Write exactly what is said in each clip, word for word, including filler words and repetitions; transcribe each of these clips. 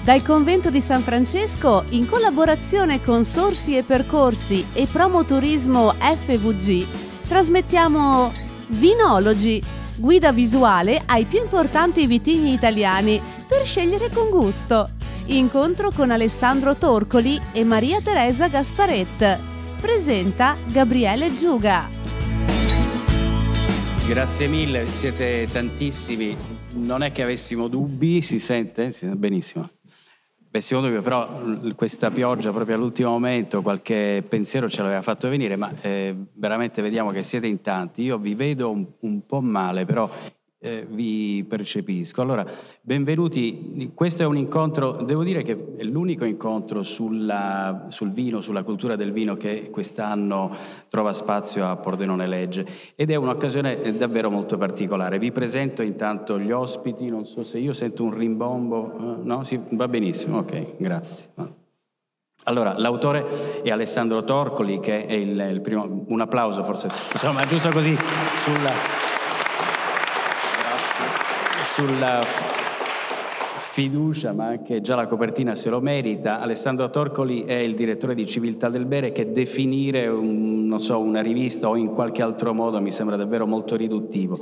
Dal convento di San Francesco, in collaborazione con Sorsi e Percorsi e Promoturismo F V G, trasmettiamo Vinologi, guida visuale ai più importanti vitigni italiani per scegliere con gusto. Incontro con Alessandro Torcoli e Maria Teresa Gasparet. Presenta Gabriele Giuga. Grazie mille, siete tantissimi. Non è che avessimo dubbi, si sente? Si sente benissimo. Avessimo dubbi, però questa pioggia proprio all'ultimo momento, qualche pensiero ce l'aveva fatto venire, ma eh, veramente vediamo che siete in tanti. Io vi vedo un, un po' male, però eh, vi percepisco. Allora, benvenuti. Questo è un incontro, devo dire che è l'unico incontro sulla, sul vino, sulla cultura del vino che quest'anno trova spazio a Pordenone Legge, ed è un'occasione davvero molto particolare. Vi presento intanto gli ospiti, non so se io sento un rimbombo, no? Sì, va benissimo, ok, grazie. Allora, l'autore è Alessandro Torcoli, che è il, il primo, un applauso forse, insomma, giusto così, sulla, sulla fiducia, ma anche già la copertina se lo merita. Alessandro Torcoli è il direttore di Civiltà del Bere, che definire un, non so, una rivista o in qualche altro modo mi sembra davvero molto riduttivo.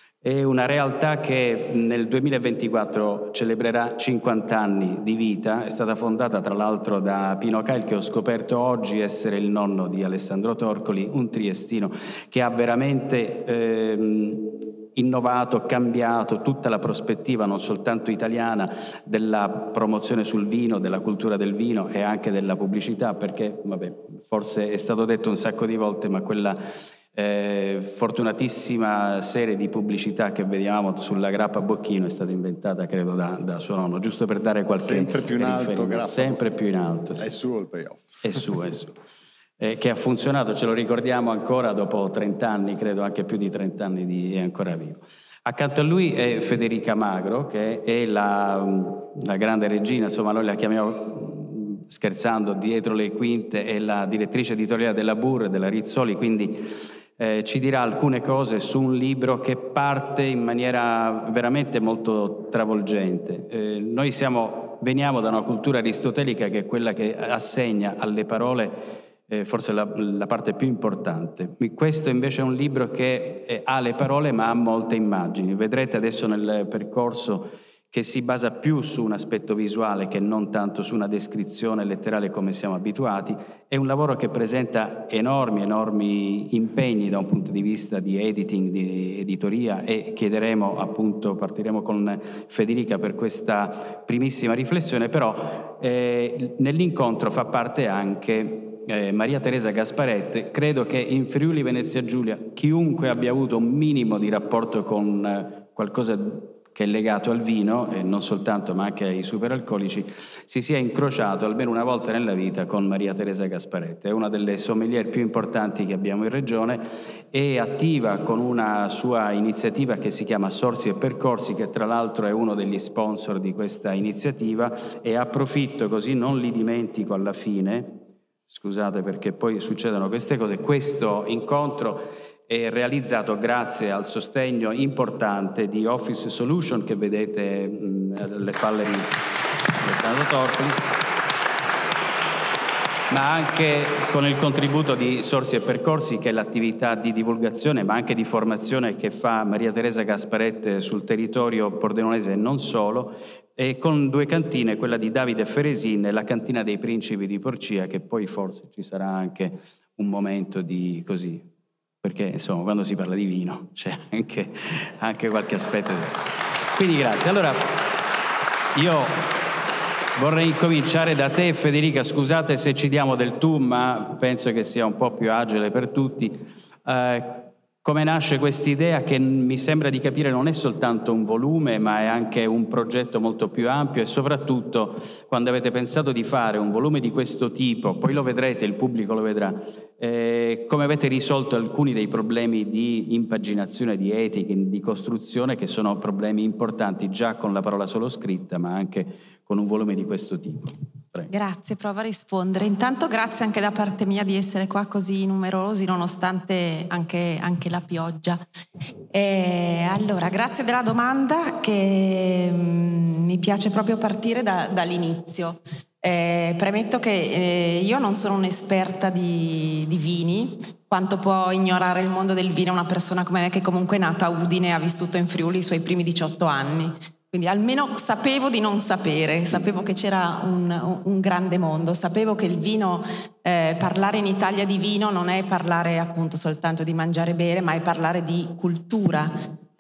È una realtà che nel duemilaventiquattro celebrerà cinquanta anni di vita. È stata fondata tra l'altro da Pino Cail, che ho scoperto oggi essere il nonno di Alessandro Torcoli, un triestino che ha veramente ehm, innovato, cambiato tutta la prospettiva non soltanto italiana della promozione sul vino, della cultura del vino e anche della pubblicità, perché vabbè, forse è stato detto un sacco di volte, ma quella eh, fortunatissima serie di pubblicità che vediamo sulla grappa Bocchino è stata inventata, credo, da, da suo nonno, giusto per dare qualche sempre più in alto, grappa sempre più in alto, sì. È suo il payoff, è suo, è suo. Eh, che ha funzionato, ce lo ricordiamo ancora dopo trenta anni, credo anche più di trenta anni, di, è ancora vivo. Accanto a lui è Federica Magro, che è la, la grande regina, insomma noi la chiamiamo, scherzando, dietro le quinte, è la direttrice editoriale della Burr, della Rizzoli, quindi eh, ci dirà alcune cose su un libro che parte in maniera veramente molto travolgente. Eh, noi siamo, veniamo da una cultura aristotelica che è quella che assegna alle parole Eh, forse la, la parte più importante. Questo invece è un libro che eh, ha le parole ma ha molte immagini. Vedrete adesso nel percorso che si basa più su un aspetto visuale che non tanto su una descrizione letterale come siamo abituati. È un lavoro che presenta enormi, enormi impegni da un punto di vista di editing, di editoria, e chiederemo appunto, partiremo con Federica per questa primissima riflessione, però eh, nell'incontro fa parte anche Eh, Maria Teresa Gasparet. Credo che in Friuli Venezia Giulia chiunque abbia avuto un minimo di rapporto con eh, qualcosa che è legato al vino, e non soltanto ma anche ai superalcolici, si sia incrociato almeno una volta nella vita con Maria Teresa Gasparet. È una delle sommelier più importanti che abbiamo in regione, è attiva con una sua iniziativa che si chiama Sorsi e Percorsi, che tra l'altro è uno degli sponsor di questa iniziativa, e approfitto così non li dimentico alla fine. Scusate, perché poi succedono queste cose. Questo incontro è realizzato grazie al sostegno importante di Office Solution, che vedete mh, alle spalle di Alessandro Torcoli, ma anche con il contributo di Sorsi e Percorsi, che è l'attività di divulgazione ma anche di formazione che fa Maria Teresa Gasparet sul territorio pordenonese e non solo, e con due cantine, quella di Davide Feresin e la cantina dei Principi di Porcia, che poi forse ci sarà anche un momento di così, perché insomma quando si parla di vino c'è anche, anche qualche aspetto diverso. Quindi grazie. Allora io vorrei incominciare da te, Federica. Scusate se ci diamo del tu, ma penso che sia un po' più agile per tutti. Eh, come nasce quest'idea, che mi sembra di capire non è soltanto un volume, ma è anche un progetto molto più ampio, e soprattutto quando avete pensato di fare un volume di questo tipo, poi lo vedrete, il pubblico lo vedrà, eh, come avete risolto alcuni dei problemi di impaginazione, di etica, di costruzione, che sono problemi importanti già con la parola solo scritta, ma anche con un volume di questo tipo. Prego. Grazie, provo a rispondere. Intanto grazie anche da parte mia di essere qua così numerosi nonostante anche, anche la pioggia. Eh, allora, grazie della domanda, che mm, mi piace proprio partire da, dall'inizio. Eh, premetto che eh, io non sono un'esperta di, di vini, quanto può ignorare il mondo del vino una persona come me che comunque è nata a Udine e ha vissuto in Friuli i suoi primi diciotto anni. Quindi almeno sapevo di non sapere, sapevo che c'era un, un grande mondo, sapevo che il vino, eh, parlare in Italia di vino non è parlare appunto soltanto di mangiare e bere, ma è parlare di cultura,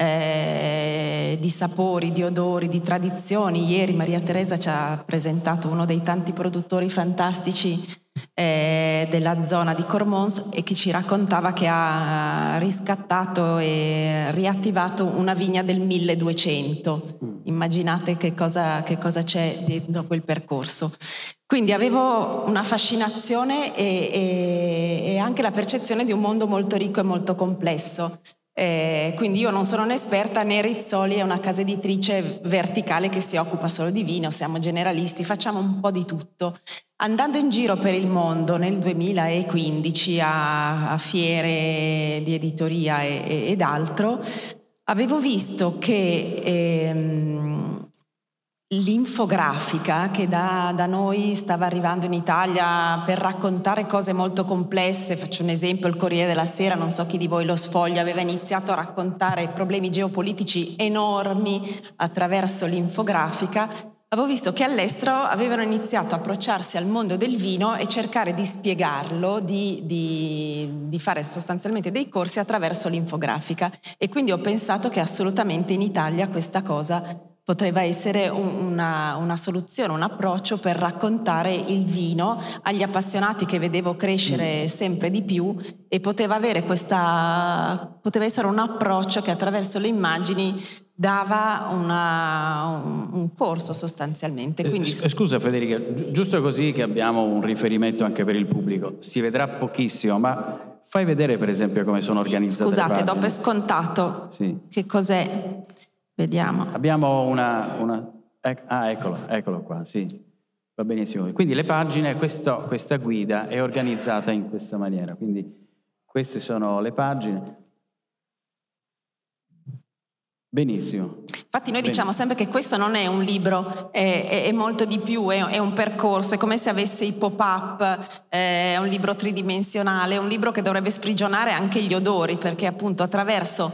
eh, di sapori, di odori, di tradizioni. Ieri Maria Teresa ci ha presentato uno dei tanti produttori fantastici eh, della zona di Cormons e che ci raccontava che ha riscattato e riattivato una vigna del milleduecento. Immaginate che cosa, che cosa c'è dentro quel percorso. Quindi avevo una fascinazione e, e, e anche la percezione di un mondo molto ricco e molto complesso. Eh, quindi io non sono un'esperta, né Rizzoli è una casa editrice verticale che si occupa solo di vino, siamo generalisti, facciamo un po' di tutto. Andando in giro per il mondo nel duemilaquindici a, a fiere di editoria e, e, ed altro, avevo visto che ehm, l'infografica che da, da noi stava arrivando in Italia per raccontare cose molto complesse, faccio un esempio, il Corriere della Sera, non so chi di voi lo sfoglia, aveva iniziato a raccontare problemi geopolitici enormi attraverso l'infografica. Avevo visto che all'estero avevano iniziato a approcciarsi al mondo del vino e cercare di spiegarlo, di, di, di fare sostanzialmente dei corsi attraverso l'infografica, e quindi ho pensato che assolutamente in Italia questa cosa poteva essere un, una, una soluzione, un approccio per raccontare il vino agli appassionati che vedevo crescere sempre di più, e poteva avere questa, poteva essere un approccio che attraverso le immagini dava una, un, un corso sostanzialmente. Quindi... Scusa Federica, giusto così che abbiamo un riferimento anche per il pubblico, si vedrà pochissimo, ma fai vedere per esempio come sono sì, organizzate scusate, le pagine. do per scontato sì. Che cos'è, vediamo. Abbiamo una... una ec- ah, eccolo, eccolo qua, sì, va benissimo. Quindi le pagine, questo, questa guida è organizzata in questa maniera, quindi queste sono le pagine. Benissimo. Infatti noi diciamo sempre che questo non è un libro, è, è, è molto di più, è, è un percorso, è come se avesse i pop-up, è un libro tridimensionale, è un libro che dovrebbe sprigionare anche gli odori, perché appunto attraverso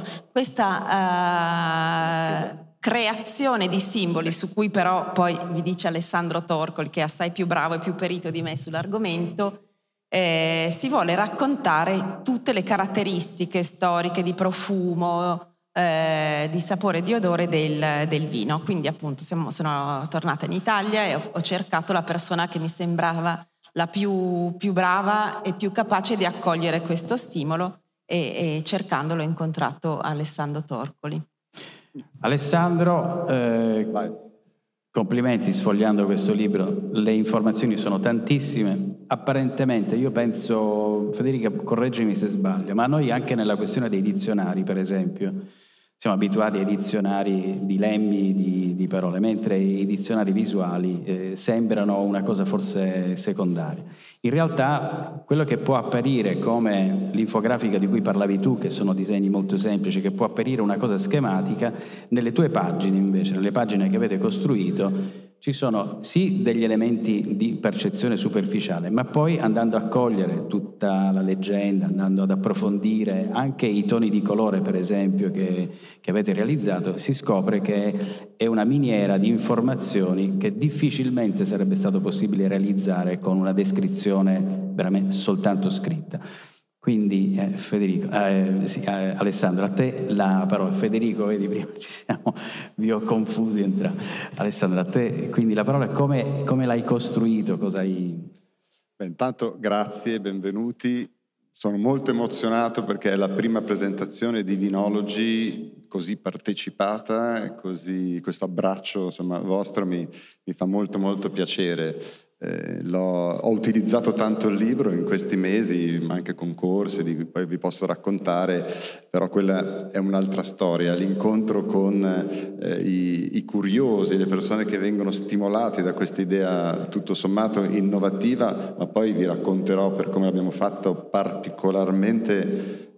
questa uh, creazione di simboli, su cui però poi vi dice Alessandro Torcoli, che è assai più bravo e più perito di me sull'argomento, eh, si vuole raccontare tutte le caratteristiche storiche di profumo, Eh, di sapore e di odore del, del vino. Quindi appunto siamo, sono tornata in Italia e ho, ho cercato la persona che mi sembrava la più, più brava e più capace di accogliere questo stimolo, e, e cercandolo ho incontrato Alessandro Torcoli. Alessandro, eh, complimenti sfogliando questo libro, le informazioni sono tantissime, apparentemente io penso, Federica correggimi se sbaglio, ma noi anche nella questione dei dizionari per esempio siamo abituati ai dizionari di lemmi, di, di parole, mentre i dizionari visuali eh, sembrano una cosa forse secondaria. In realtà quello che può apparire come l'infografica di cui parlavi tu, che sono disegni molto semplici, che può apparire una cosa schematica, nelle tue pagine invece, nelle pagine che avete costruito, ci sono sì degli elementi di percezione superficiale, ma poi andando a cogliere tutta la leggenda, andando ad approfondire anche i toni di colore, per esempio, che, che avete realizzato, si scopre che è una miniera di informazioni che difficilmente sarebbe stato possibile realizzare con una descrizione veramente soltanto scritta. Quindi eh, Federico, eh, sì, eh, Alessandro, a te la parola. Federico, vedi, prima ci siamo, vi ho confusi entrambi. Alessandro, a te, quindi la parola, come, come l'hai costruito? Cosa hai... Beh, intanto grazie, benvenuti. Sono molto emozionato perché è la prima presentazione di Vinology così partecipata, e così, questo abbraccio insomma, vostro mi, mi fa molto molto piacere. Eh, l'ho, ho utilizzato tanto il libro in questi mesi, ma anche concorsi di cui poi vi posso raccontare, però quella è un'altra storia, l'incontro con eh, i, i curiosi, le persone che vengono stimolati da questa idea tutto sommato innovativa, ma poi vi racconterò per come l'abbiamo fatto particolarmente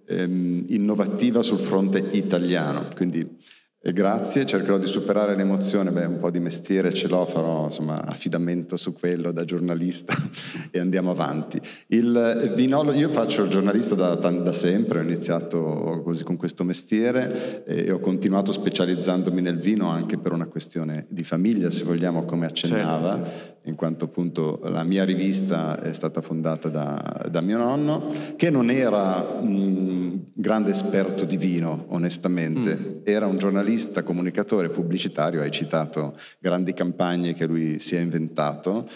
ehm, innovativa sul fronte italiano. Quindi eh, grazie, cercherò di superare l'emozione, beh, un po' di mestiere ce l'ho, farò insomma affidamento su quello da giornalista e andiamo avanti. Il vinolo, io faccio il giornalista da, da sempre, ho iniziato così con questo mestiere e ho continuato specializzandomi nel vino anche per una questione di famiglia, se vogliamo, come accennava. Certo, sì. In quanto appunto la mia rivista è stata fondata da, da mio nonno, che non era un grande esperto di vino, onestamente, mm. era un giornalista, comunicatore, pubblicitario, hai citato grandi campagne che lui si è inventato,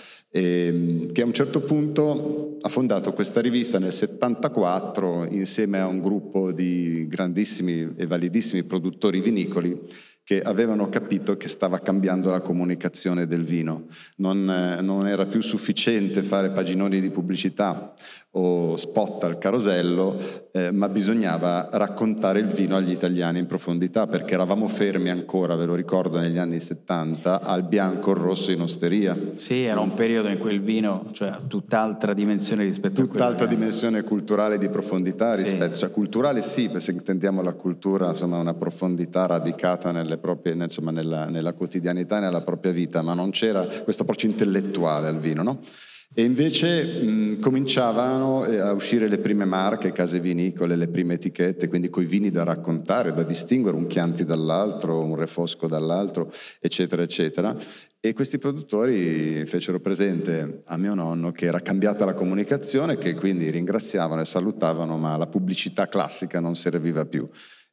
e che a un certo punto ha fondato questa rivista nel settantaquattro insieme a un gruppo di grandissimi e validissimi produttori vinicoli che avevano capito che stava cambiando la comunicazione del vino. Non, eh, non era più sufficiente fare paginoni di pubblicità o spot al carosello, eh, ma bisognava raccontare il vino agli italiani in profondità, perché eravamo fermi ancora, ve lo ricordo, negli anni settanta, al bianco, il rosso in osteria. Sì, era un periodo in cui il vino, cioè tutt'altra dimensione rispetto tutt'altra a tutt'altra dimensione culturale di profondità rispetto, sì. Cioè culturale sì, se intendiamo la cultura, insomma, una profondità radicata nelle proprie, insomma, nella, nella quotidianità e nella propria vita, ma non c'era questo approccio intellettuale al vino, no? E invece mh, cominciavano a uscire le prime marche, case vinicole, le prime etichette, quindi coi vini da raccontare, da distinguere, un Chianti dall'altro, un Refosco dall'altro, eccetera, eccetera. E questi produttori fecero presente a mio nonno che era cambiata la comunicazione, che quindi ringraziavano e salutavano, ma la pubblicità classica non serviva più.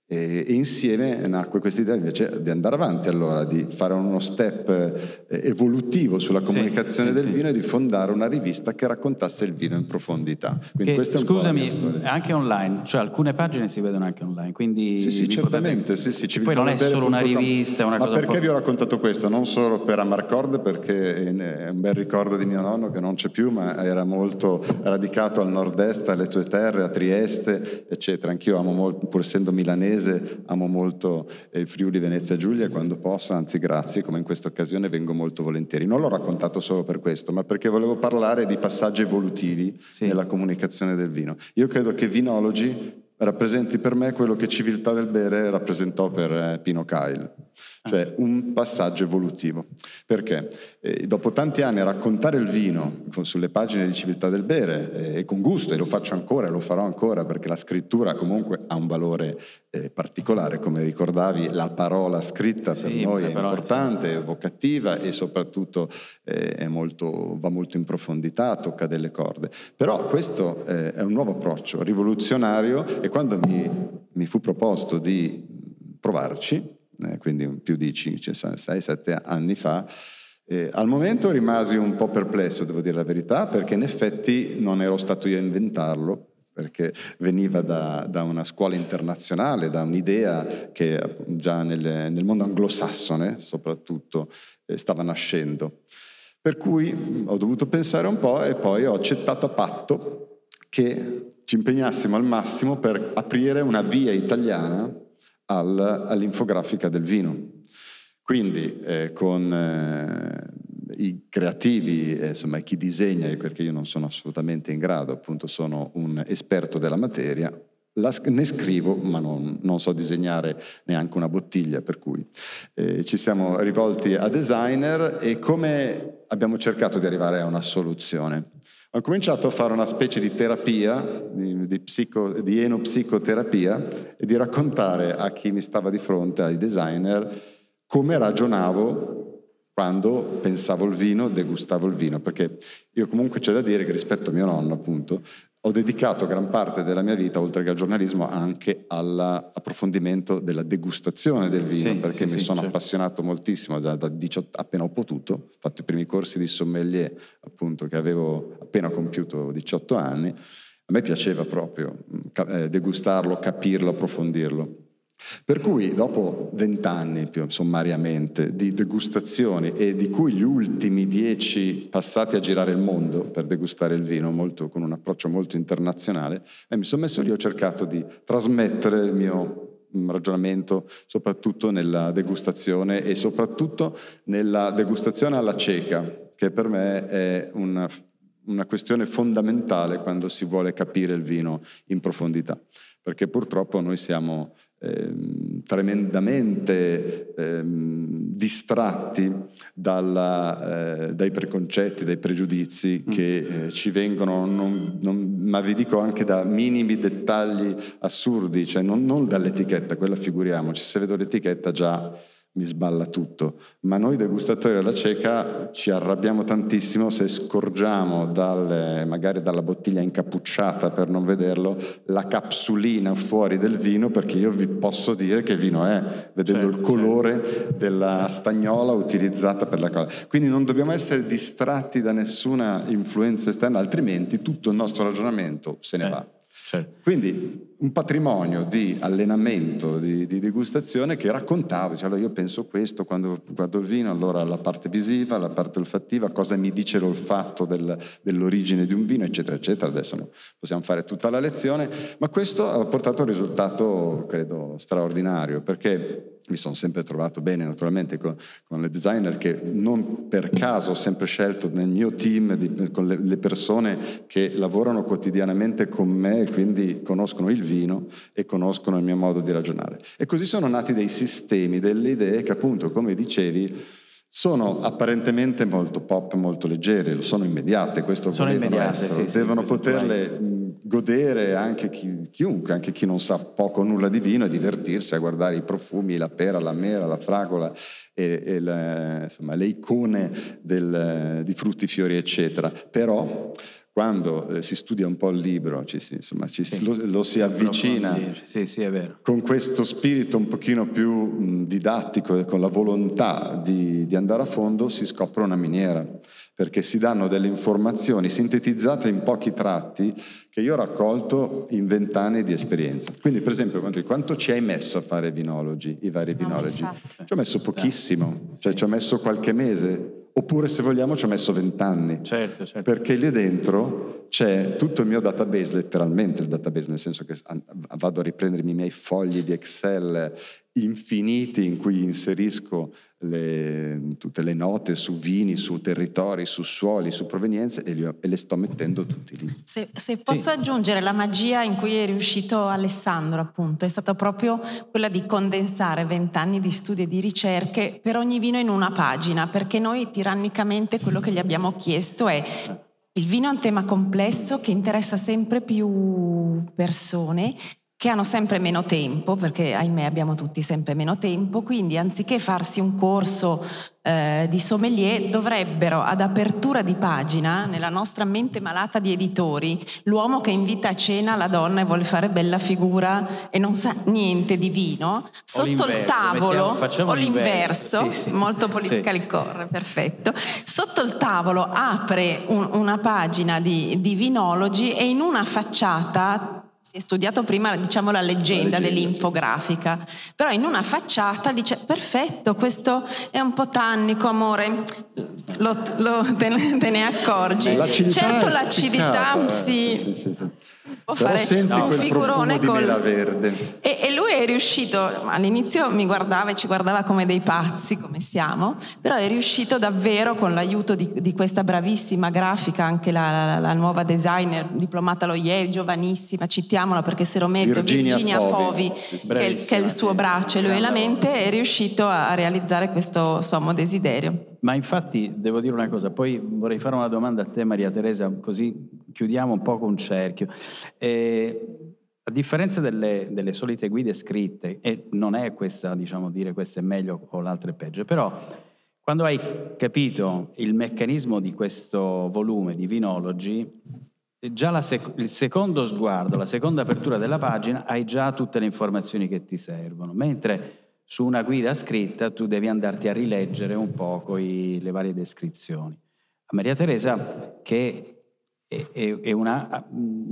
E insieme nacque questa idea invece di andare avanti, allora di fare uno step evolutivo sulla comunicazione sì, del sì, vino sì. E di fondare una rivista che raccontasse il vino in profondità. Quindi che, questa è un scusami, po' la mia storia. Anche online, cioè alcune pagine si vedono anche online, quindi sì sì certamente potete... sì, sì, poi non è solo una rivista, è una ma cosa perché un po'... vi ho raccontato questo? Non solo per Amarcord, perché è un bel ricordo di mio nonno che non c'è più, ma era molto radicato al nord-est, alle tue terre, a Trieste, eccetera. Anch'io amo molto, pur essendo milanese, amo molto il Friuli Venezia Giulia, quando posso, anzi grazie, come in questa occasione vengo molto volentieri. Non l'ho raccontato solo per questo, ma perché volevo parlare di passaggi evolutivi sì. nella comunicazione del vino. Io credo che Vinology rappresenti per me quello che Civiltà del Bere rappresentò per eh, Pino Kyle, cioè un passaggio evolutivo. Perché eh, dopo tanti anni a raccontare il vino con, sulle pagine di Civiltà del Bere, eh, e con gusto, e lo faccio ancora e lo farò ancora, perché la scrittura comunque ha un valore eh, particolare, come ricordavi, la parola scritta per sì, noi è importante, è evocativa e soprattutto eh, è molto, va molto in profondità, tocca delle corde. Però questo eh, è un nuovo approccio rivoluzionario, e quando mi, mi fu proposto di provarci, eh, quindi più di sei sette anni fa, eh, al momento rimasi un po' perplesso, devo dire la verità, perché in effetti non ero stato io a inventarlo, perché veniva da, da una scuola internazionale, da un'idea che già nel, nel mondo anglosassone soprattutto eh, stava nascendo. Per cui ho dovuto pensare un po' e poi ho accettato a patto che ci impegnassimo al massimo per aprire una via italiana al, all'infografica del vino. Quindi eh, con eh, i creativi, eh, insomma chi disegna, perché io non sono assolutamente in grado, appunto sono un esperto della materia, la, ne scrivo ma non, non so disegnare neanche una bottiglia, per cui eh, ci siamo rivolti a designer e come abbiamo cercato di arrivare a una soluzione. Ho cominciato a fare una specie di terapia, di, di, psico, di enopsicoterapia, e di raccontare a chi mi stava di fronte, ai designer, come ragionavo quando pensavo il vino, degustavo il vino. Perché io comunque c'è da dire che rispetto a mio nonno, appunto, ho dedicato gran parte della mia vita, oltre che al giornalismo, anche all'approfondimento della degustazione del vino, sì, perché sì, mi sì, sono certo. appassionato moltissimo da, da diciotto, appena ho potuto, ho fatto i primi corsi di sommelier, appunto, che avevo appena compiuto diciotto anni. A me piaceva proprio eh, degustarlo, capirlo, approfondirlo. Per cui dopo vent'anni più sommariamente di degustazioni, e di cui gli ultimi dieci passati a girare il mondo per degustare il vino, molto, con un approccio molto internazionale, eh, mi sono messo lì, ho cercato di trasmettere il mio ragionamento soprattutto nella degustazione, e soprattutto nella degustazione alla cieca, che per me è una, una questione fondamentale quando si vuole capire il vino in profondità. perché purtroppo noi siamo ehm, tremendamente ehm, distratti dalla, eh, dai preconcetti, dai pregiudizi mm. che eh, ci vengono, non, non, ma vi dico anche da minimi dettagli assurdi, cioè non, non dall'etichetta, quella figuriamoci, se vedo l'etichetta già mi sballa tutto, ma noi degustatori alla cieca ci arrabbiamo tantissimo se scorgiamo dal, magari dalla bottiglia incappucciata per non vederlo, la capsulina fuori del vino, perché io vi posso dire che vino è, vedendo certo, il colore certo. della stagnola utilizzata per la cosa. Quindi non dobbiamo essere distratti da nessuna influenza esterna, altrimenti tutto il nostro ragionamento se ne eh. va. Certo. Quindi un patrimonio di allenamento, di, di degustazione che raccontavo, cioè, allora io penso questo quando guardo il vino, allora la parte visiva, la parte olfattiva, cosa mi dice l'olfatto del, dell'origine di un vino, eccetera, eccetera. Adesso no, possiamo fare tutta la lezione, ma questo ha portato a un risultato, credo, straordinario, perché mi sono sempre trovato bene naturalmente con, con le designer che non per caso ho sempre scelto nel mio team di, con le, le persone che lavorano quotidianamente con me, quindi conoscono il vino e conoscono il mio modo di ragionare. E così sono nati dei sistemi, delle idee che appunto, come dicevi, sono apparentemente molto pop, molto leggere, sono immediate, questo sono immediate, essere, sì, devono sì, poterle mh, godere anche chi, chiunque, anche chi non sa poco o nulla di vino, e divertirsi a guardare i profumi, la pera, la mela, la fragola e, e la, insomma, le icone del, di frutti, fiori, eccetera. Però quando eh, si studia un po' il libro, ci si, insomma, ci, sì. lo, lo si avvicina sì, sì, è vero. con questo spirito un pochino più mh, didattico e con la volontà di, di andare a fondo, si scopre una miniera, perché si danno delle informazioni sintetizzate in pochi tratti che io ho raccolto in vent'anni di esperienza. Quindi, per esempio, quanto, quanto ci hai messo a fare vinologi, i vari vinologi? No, ci ho messo pochissimo, cioè ci ho messo qualche mese. Oppure, se vogliamo, ci ho messo vent'anni. Certo, certo. Perché lì dentro c'è tutto il mio database, letteralmente il database, nel senso che vado a riprendermi i miei fogli di Excel infiniti in cui inserisco le, tutte le note su vini, su territori, su suoli, su provenienze, e, li ho, e le sto mettendo tutti lì. Se, se posso sì. aggiungere, la magia in cui è riuscito Alessandro, appunto, è stata proprio quella di condensare vent'anni di studi e di ricerche per ogni vino in una pagina, perché noi tirannicamente quello che gli abbiamo chiesto è: il vino è un tema complesso che interessa sempre più persone, che hanno sempre meno tempo, perché ahimè abbiamo tutti sempre meno tempo, quindi anziché farsi un corso eh, di sommelier, dovrebbero ad apertura di pagina, nella nostra mente malata di editori, l'uomo che invita a cena la donna e vuole fare bella figura e non sa niente di vino, sotto il tavolo, mettiamo, o l'inverso, l'inverso. Sì, sì. molto politically correct, perfetto, sotto il tavolo apre un, una pagina di, di vinologi e in una facciata, si è studiato prima, diciamo, la leggenda, la leggenda dell'infografica, però in una facciata dice: perfetto, questo è un po' tannico, amore, lo, lo, te, ne, te ne accorgi. L'acidità certo è l'acidità spiccata, sì, sì, sì, sì. può Però fare senti un quel figurone profumo col... di mela verde. E, e lui è riuscito, all'inizio mi guardava e ci guardava come dei pazzi, come siamo, però è riuscito davvero, con l'aiuto di, di questa bravissima grafica, anche la, la, la nuova designer diplomata allo Yale, giovanissima, citiamola perché se lo merita, Virginia, Virginia Fovi, Fovi sì, sì. Che, è, che è il suo braccio e lui è la mente, è riuscito a realizzare questo sommo desiderio. Ma infatti devo dire una cosa, poi vorrei fare una domanda a te, Maria Teresa, così chiudiamo un po' con un cerchio. Eh, a differenza delle, delle solite guide scritte, e non è questa, diciamo, dire questo è meglio o l'altro è peggio, però quando hai capito il meccanismo di questo volume di vinologi, già la sec- il secondo sguardo, la seconda apertura della pagina, hai già tutte le informazioni che ti servono, mentre su una guida scritta tu devi andarti a rileggere un po' i, le varie descrizioni. A Maria Teresa, che è, è, è una,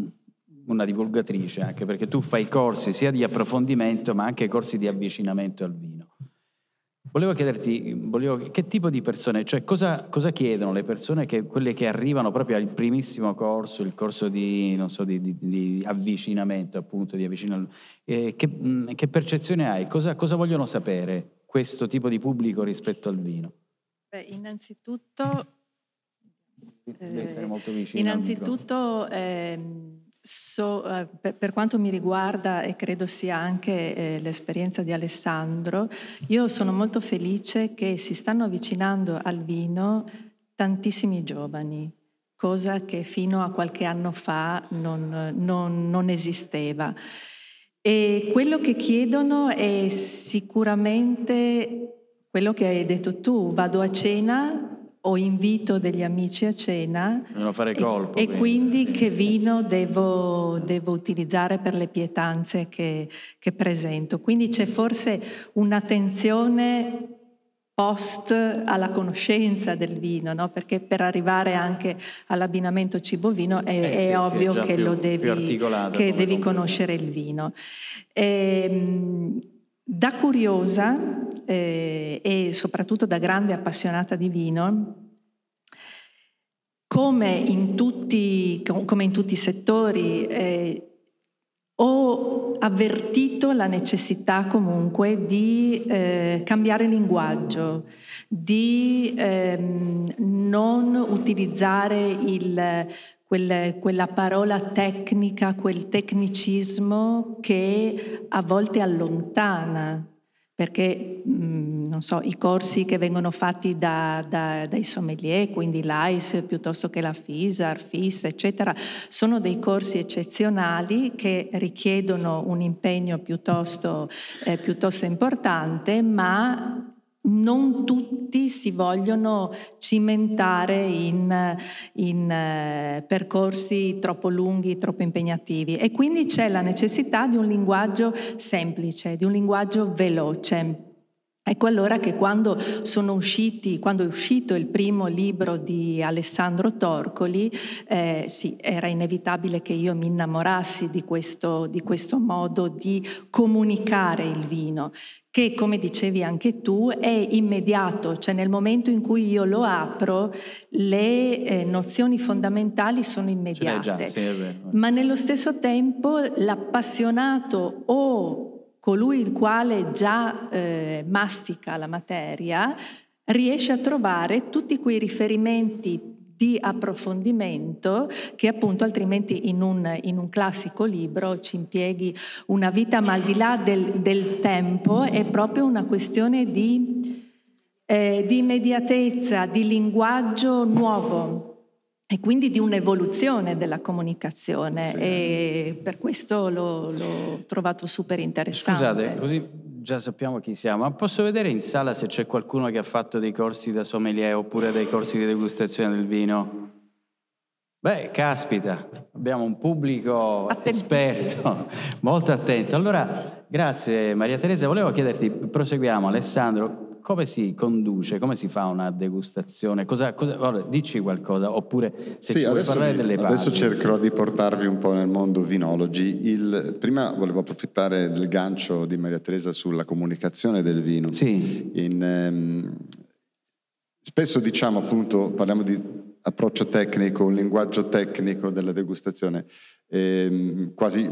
una divulgatrice, anche perché tu fai corsi sia di approfondimento ma anche corsi di avvicinamento al vino. Volevo chiederti, volevo, che tipo di persone, cioè cosa, cosa chiedono le persone, che, quelle che arrivano proprio al primissimo corso, il corso di, non so, di, di, di avvicinamento, appunto, di avvicinamento, eh, che, mh, che percezione hai? Cosa, cosa vogliono sapere questo tipo di pubblico rispetto al vino? Beh, innanzitutto, Devi stare molto vicino innanzitutto eh, So, eh, per, per quanto mi riguarda, e credo sia anche eh, l'esperienza di Alessandro, io sono molto felice che si stanno avvicinando al vino tantissimi giovani, cosa che fino a qualche anno fa non, non, non esisteva. E quello che chiedono è sicuramente quello che hai detto tu: vado a cena o invito degli amici a cena Devono fare colpo, e, e quindi. quindi che vino devo, devo utilizzare per le pietanze che, che presento. Quindi c'è forse un'attenzione post alla conoscenza del vino, no? Perché per arrivare anche all'abbinamento cibo-vino è, Eh, è sì, ovvio sì, è che più, lo devi, che devi conoscere il vino. E, da curiosa eh, e soprattutto da grande appassionata di vino, come in tutti, come in tutti i settori, eh, ho avvertito la necessità comunque di eh, cambiare linguaggio, di ehm, non utilizzare il, quel, quella parola tecnica, quel tecnicismo che a volte allontana, perché mh, non so, i corsi che vengono fatti da, da, dai sommelier, quindi l'A I S piuttosto che la FISAR, F I S, eccetera, sono dei corsi eccezionali che richiedono un impegno piuttosto, eh, piuttosto importante, ma non tutti si vogliono cimentare in, in eh, percorsi troppo lunghi, troppo impegnativi, e quindi c'è la necessità di un linguaggio semplice, di un linguaggio veloce. Ecco allora che quando sono usciti, quando è uscito il primo libro di Alessandro Torcoli, eh, sì, era inevitabile che io mi innamorassi di questo, di questo modo di comunicare il vino, che, come dicevi anche tu, è immediato, cioè nel momento in cui io lo apro le eh, nozioni fondamentali sono immediate. Già, sì, è vero. Ma nello stesso tempo l'appassionato o colui il quale già eh, mastica la materia riesce a trovare tutti quei riferimenti di approfondimento che appunto altrimenti in un, in un classico libro ci impieghi una vita, ma al di là del, del tempo è proprio una questione di, eh, di immediatezza, di linguaggio nuovo e quindi di un'evoluzione della comunicazione, sì. E per questo l'ho, l'ho trovato super interessante. Scusate, così già sappiamo chi siamo, ma posso vedere in sala se c'è qualcuno che ha fatto dei corsi da sommelier oppure dei corsi di degustazione del vino? Beh, caspita, abbiamo un pubblico esperto, molto attento. Allora, grazie Maria Teresa. Volevo chiederti, proseguiamo, Alessandro, come si conduce, come si fa una degustazione? Cosa, cosa, allora, dici qualcosa, oppure se sì, ci vuoi parlare vi, delle pagine. Adesso cercherò di portarvi un po' nel mondo vinologi. Il, prima volevo approfittare del gancio di Maria Teresa sulla comunicazione del vino. Sì. In, ehm, spesso diciamo appunto, parliamo di approccio tecnico, un linguaggio tecnico della degustazione, ehm, quasi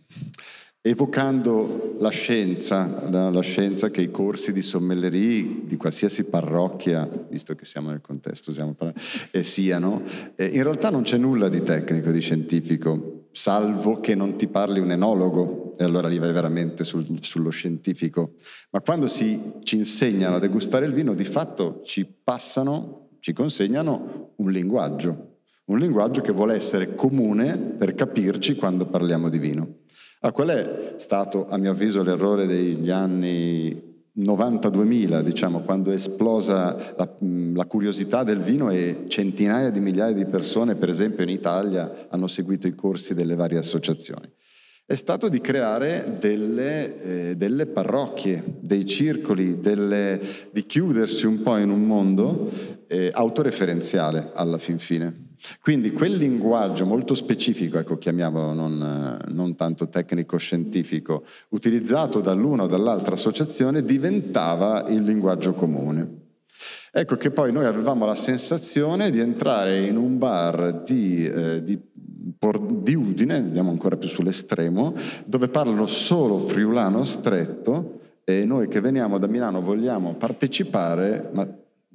evocando la scienza, la, la scienza che i corsi di sommellerie di qualsiasi parrocchia, visto che siamo nel contesto, usiamo parole, eh, siano, eh, in realtà non c'è nulla di tecnico, di scientifico, salvo che non ti parli un enologo, e allora lì vai veramente sul, sullo scientifico. Ma quando si, ci insegnano a degustare il vino, di fatto ci passano, ci consegnano un linguaggio, un linguaggio che vuole essere comune per capirci quando parliamo di vino. Ah, qual è stato, a mio avviso, l'errore degli anni novanta duemila, diciamo, quando è esplosa la, la curiosità del vino e centinaia di migliaia di persone, per esempio in Italia, hanno seguito i corsi delle varie associazioni? È stato di creare delle, eh, delle parrocchie, dei circoli, delle, di chiudersi un po' in un mondo eh, autoreferenziale alla fin fine. Quindi quel linguaggio molto specifico, ecco, chiamiamolo non, non tanto tecnico-scientifico, utilizzato dall'una o dall'altra associazione, diventava il linguaggio comune. Ecco che poi noi avevamo la sensazione di entrare in un bar di, eh, di, di Udine, andiamo ancora più sull'estremo, dove parlano solo friulano stretto, e noi che veniamo da Milano vogliamo partecipare, ma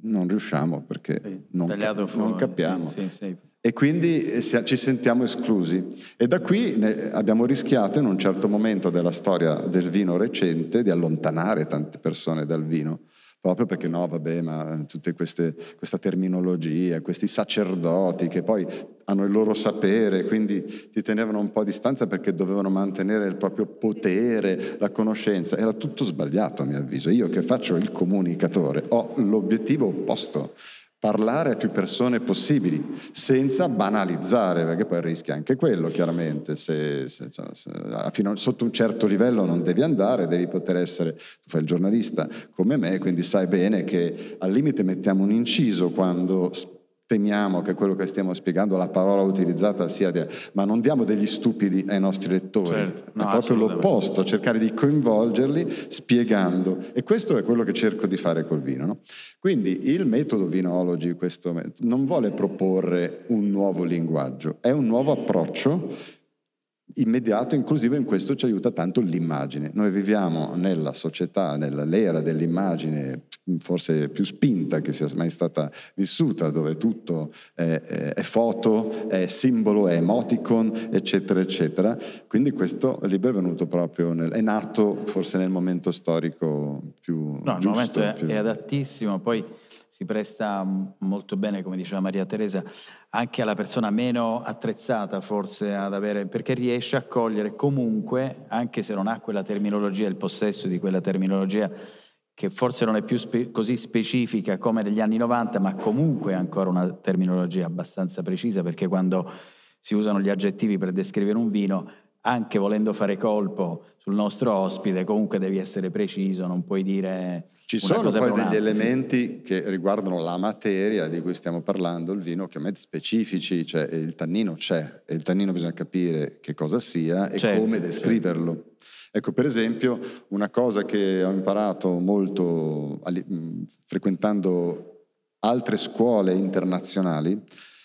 non riusciamo perché sì, non, tagliato ca- non capiamo. Sì, sì, sì. E quindi ci sentiamo esclusi. E da qui ne abbiamo rischiato in un certo momento della storia del vino recente di allontanare tante persone dal vino, proprio perché no, vabbè, ma tutte queste, questa terminologia, questi sacerdoti che poi hanno il loro sapere, quindi ti tenevano un po' a distanza perché dovevano mantenere il proprio potere, la conoscenza. Era tutto sbagliato a mio avviso. Io che faccio il comunicatore ho l'obiettivo opposto: parlare a più persone possibili, senza banalizzare, perché poi rischia anche quello, chiaramente. Se, se, se, fino a, sotto un certo livello non devi andare, devi poter essere, tu fai il giornalista come me, quindi sai bene che al limite mettiamo un inciso quando temiamo che quello che stiamo spiegando, la parola utilizzata sia di, ma non diamo degli stupidi ai nostri lettori, certo, no, è proprio l'opposto, cercare di coinvolgerli spiegando, e questo è quello che cerco di fare col vino, no? Quindi il metodo Vinology questo non vuole proporre un nuovo linguaggio, è un nuovo approccio immediato, inclusivo. In questo ci aiuta tanto l'immagine. Noi viviamo nella società, nell'era dell'immagine forse più spinta che sia mai stata vissuta, dove tutto è, è, è foto, è simbolo, è emoticon, eccetera, eccetera. Quindi questo libro è venuto proprio, nel, è nato forse nel momento storico più no, giusto. Il momento è, più... è adattissimo, poi si presta molto bene, come diceva Maria Teresa, anche alla persona meno attrezzata forse ad avere, perché riesce a cogliere comunque, anche se non ha quella terminologia, il possesso di quella terminologia che forse non è più spe- così specifica come negli anni novanta, ma comunque è ancora una terminologia abbastanza precisa, perché quando si usano gli aggettivi per descrivere un vino, anche volendo fare colpo sul nostro ospite, comunque devi essere preciso, non puoi dire... Ci una sono cosa poi per degli un'altra, elementi sì, che riguardano la materia di cui stiamo parlando, il vino, chiaramente specifici, cioè il tannino c'è, e il tannino bisogna capire che cosa sia e certo, come descriverlo. Certo. Ecco, per esempio, una cosa che ho imparato molto mh, frequentando altre scuole internazionali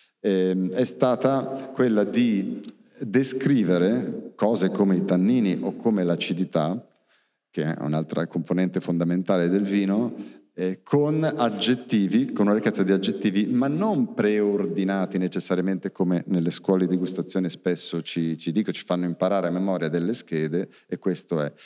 eh, è stata quella di descrivere cose come i tannini o come l'acidità, che è un'altra componente fondamentale del vino, eh, con aggettivi, con una ricchezza di aggettivi, ma non preordinati necessariamente come nelle scuole di gustazione spesso ci, ci dicono, ci fanno imparare a memoria delle schede, e questo è,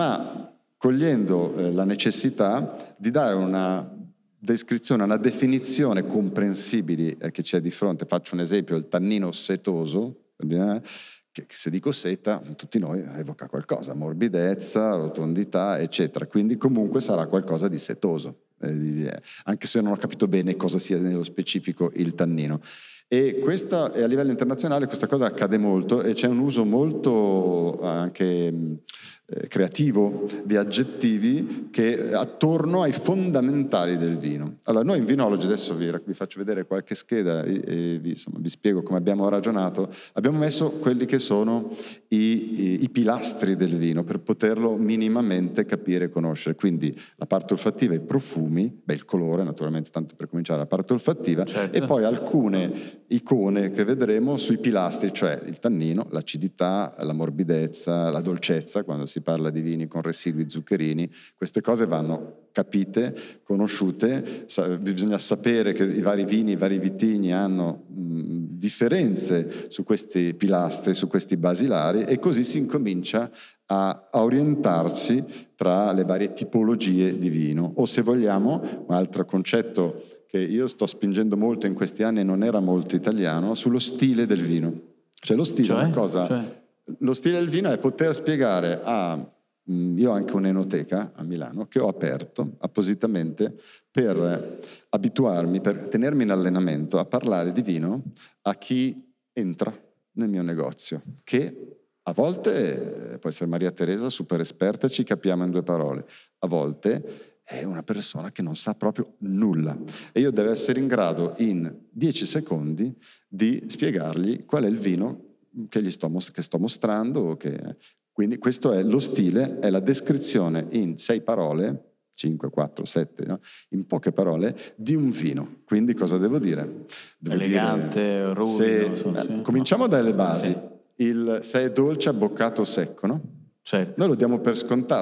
ma cogliendo eh, la necessità di dare una descrizione, una definizione comprensibile eh, che c'è di fronte. Faccio un esempio: il tannino setoso, eh, che se dico seta, tutti noi evoca qualcosa, morbidezza, rotondità, eccetera. Quindi comunque sarà qualcosa di setoso, eh, anche se non ho capito bene cosa sia nello specifico il tannino. E questa, e a livello internazionale questa cosa accade molto, e c'è un uso molto anche eh, creativo di aggettivi che attorno ai fondamentali del vino. Allora, noi in Vinology, adesso vi, vi faccio vedere qualche scheda e, e vi, insomma, vi spiego come abbiamo ragionato. Abbiamo messo quelli che sono i, i, i pilastri del vino per poterlo minimamente capire e conoscere. Quindi la parte olfattiva, i profumi, beh, il colore naturalmente, tanto per cominciare la parte olfattiva, certo. E poi alcune icone che vedremo sui pilastri, cioè il tannino, l'acidità, la morbidezza, la dolcezza, quando si parla di vini con residui zuccherini. Queste cose vanno capite, conosciute, sa- bisogna sapere che i vari vini, i vari vitigni hanno mh, differenze su questi pilastri, su questi basilari, e così si incomincia a, a orientarci tra le varie tipologie di vino. O, se vogliamo, un altro concetto che io sto spingendo molto in questi anni, non era molto italiano, sullo stile del vino. Cioè lo stile, cioè, è una cosa... Cioè... Lo stile del vino è poter spiegare a... Io ho anche un'enoteca a Milano che ho aperto appositamente per abituarmi, per tenermi in allenamento a parlare di vino a chi entra nel mio negozio, che a volte può essere Maria Teresa, super esperta, ci capiamo in due parole, a volte è una persona che non sa proprio nulla, e io devo essere in grado in dieci secondi di spiegargli qual è il vino che gli sto, che sto mostrando. Che... Quindi questo è lo stile, è la descrizione in sei parole, cinque, quattro, sette, no? In poche parole, di un vino. Quindi cosa devo dire? Devo elegante, dire, ruvido. Se, So, eh, sì. cominciamo dalle basi. Sì. Il, se è dolce, abboccato, secco, no? Certo. Noi lo diamo per scontato.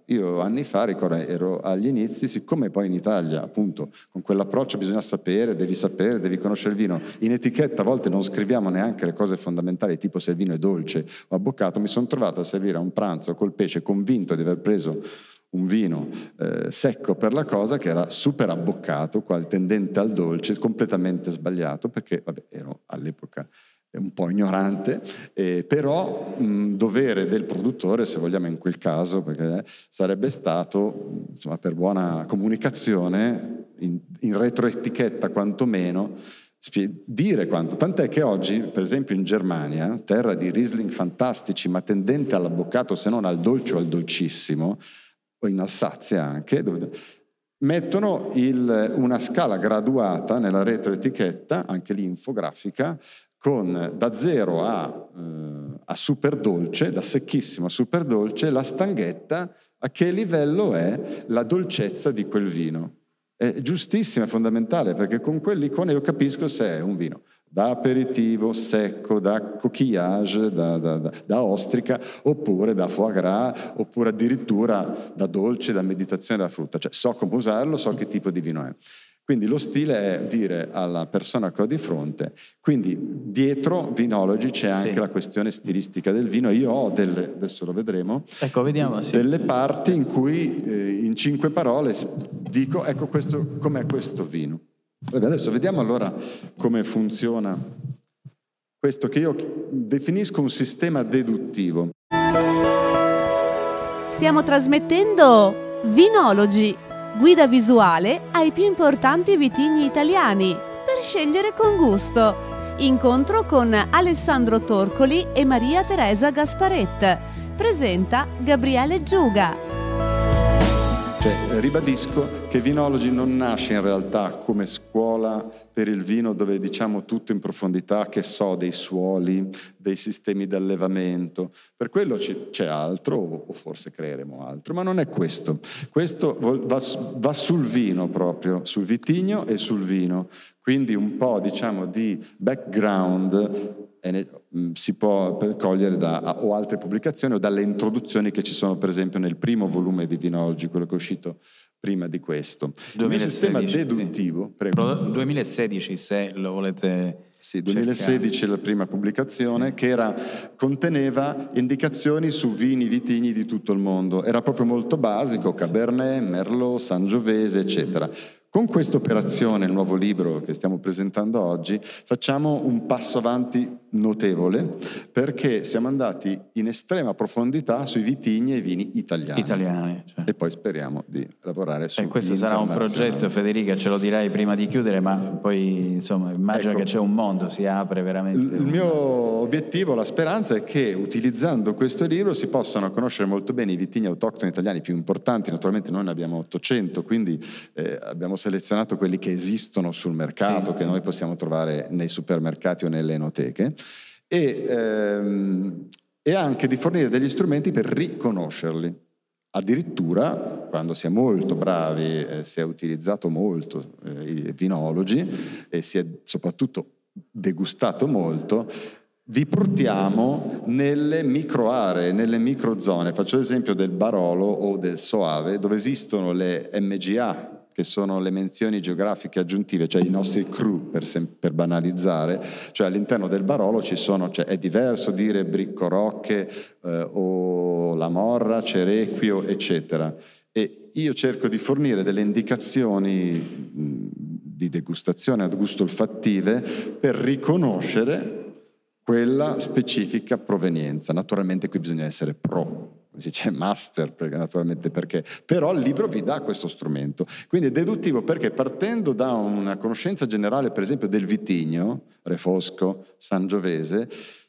Io anni fa, ricordo, ero agli inizi, siccome poi in Italia, appunto, con quell'approccio bisogna sapere, devi sapere, devi conoscere il vino, in etichetta a volte non scriviamo neanche le cose fondamentali, tipo se il vino è dolce o abboccato, mi sono trovato a servire a un pranzo col pesce convinto di aver preso un vino eh, secco per la cosa, che era super abboccato, quasi tendente al dolce, completamente sbagliato, perché vabbè, ero all'epoca un po' ignorante, eh, però mh, dovere del produttore, se vogliamo in quel caso, perché sarebbe stato, insomma, per buona comunicazione, in, in retroetichetta quantomeno, dire quanto. Tant'è che oggi, per esempio in Germania, terra di Riesling fantastici, ma tendente all'abboccato se non al dolce o al dolcissimo, o in Alsazia anche, dove mettono il, una scala graduata nella retroetichetta, anche lì infografica, con da zero a, eh, a super dolce, da secchissimo a super dolce, la stanghetta a che livello è la dolcezza di quel vino. È giustissima, è fondamentale, perché con quell'icona io capisco se è un vino da aperitivo, secco, da coquillage, da, da, da, da ostrica, oppure da foie gras, oppure addirittura da dolce, da meditazione della frutta. Cioè so come usarlo, so che tipo di vino è. Quindi lo stile è dire alla persona che ho di fronte, quindi dietro Vinology c'è anche sì. la questione stilistica del vino. Io ho delle, adesso lo vedremo, ecco, vediamo, sì. delle parti in cui eh, in cinque parole dico, ecco questo, com'è questo vino. Adesso vediamo allora come funziona questo che io definisco un sistema deduttivo. Stiamo trasmettendo Vinology, guida visuale ai più importanti vitigni italiani per scegliere con gusto. Incontro con Alessandro Torcoli e Maria Teresa Gasparet. Presenta Gabriele Giuga. Cioè, ribadisco che Vinology non nasce in realtà come scuola per il vino dove diciamo tutto in profondità, che so, dei suoli, dei sistemi di allevamento. Per quello c'è altro, o forse creeremo altro, ma non è questo. Questo va, va sul vino proprio, sul vitigno e sul vino. Quindi un po', diciamo, di background si può cogliere da o altre pubblicazioni o dalle introduzioni che ci sono, per esempio, nel primo volume di Vinology, quello che è uscito prima di questo. duemilasedici, il sistema deduttivo, sì. duemilasedici, se lo volete. Sì, duemilasedici è la prima pubblicazione, sì. che era, conteneva indicazioni su vini, vitigni di tutto il mondo. Era proprio molto basico, Cabernet, Merlot, Sangiovese, eccetera. Con questa operazione, il nuovo libro che stiamo presentando oggi, facciamo un passo avanti notevole, perché siamo andati in estrema profondità sui vitigni e vini italiani. Italiani, cioè. E poi speriamo di lavorare su. E questo sarà un progetto, Federica, ce lo dirai prima di chiudere, ma poi insomma immagino ecco, che c'è un mondo, si apre veramente. Il un... mio obiettivo, la speranza è che utilizzando questo libro si possano conoscere molto bene i vitigni autoctoni italiani più importanti. Naturalmente noi ne abbiamo ottocento, quindi eh, abbiamo selezionato quelli che esistono sul mercato, sì, che sì. noi possiamo trovare nei supermercati o nelle enoteche, e, ehm, e anche di fornire degli strumenti per riconoscerli. Addirittura, quando si è molto bravi, eh, si è utilizzato molto eh, i Vinology e si è soprattutto degustato molto, vi portiamo nelle micro aree, nelle micro zone. Faccio l'esempio del Barolo o del Soave, dove esistono le M G A, che sono le menzioni geografiche aggiuntive, cioè i nostri cru, per, per banalizzare. Cioè all'interno del Barolo ci sono, cioè è diverso dire Bricco Rocche eh, o La Morra, Cerequio, eccetera. E io cerco di fornire delle indicazioni mh, di degustazione ad gusto olfattive per riconoscere quella specifica provenienza. Naturalmente qui bisogna essere pro, si dice master, perché, naturalmente perché, però il libro vi dà questo strumento. Quindi è deduttivo perché partendo da una conoscenza generale, per esempio del vitigno, Refosco, Sangiovese,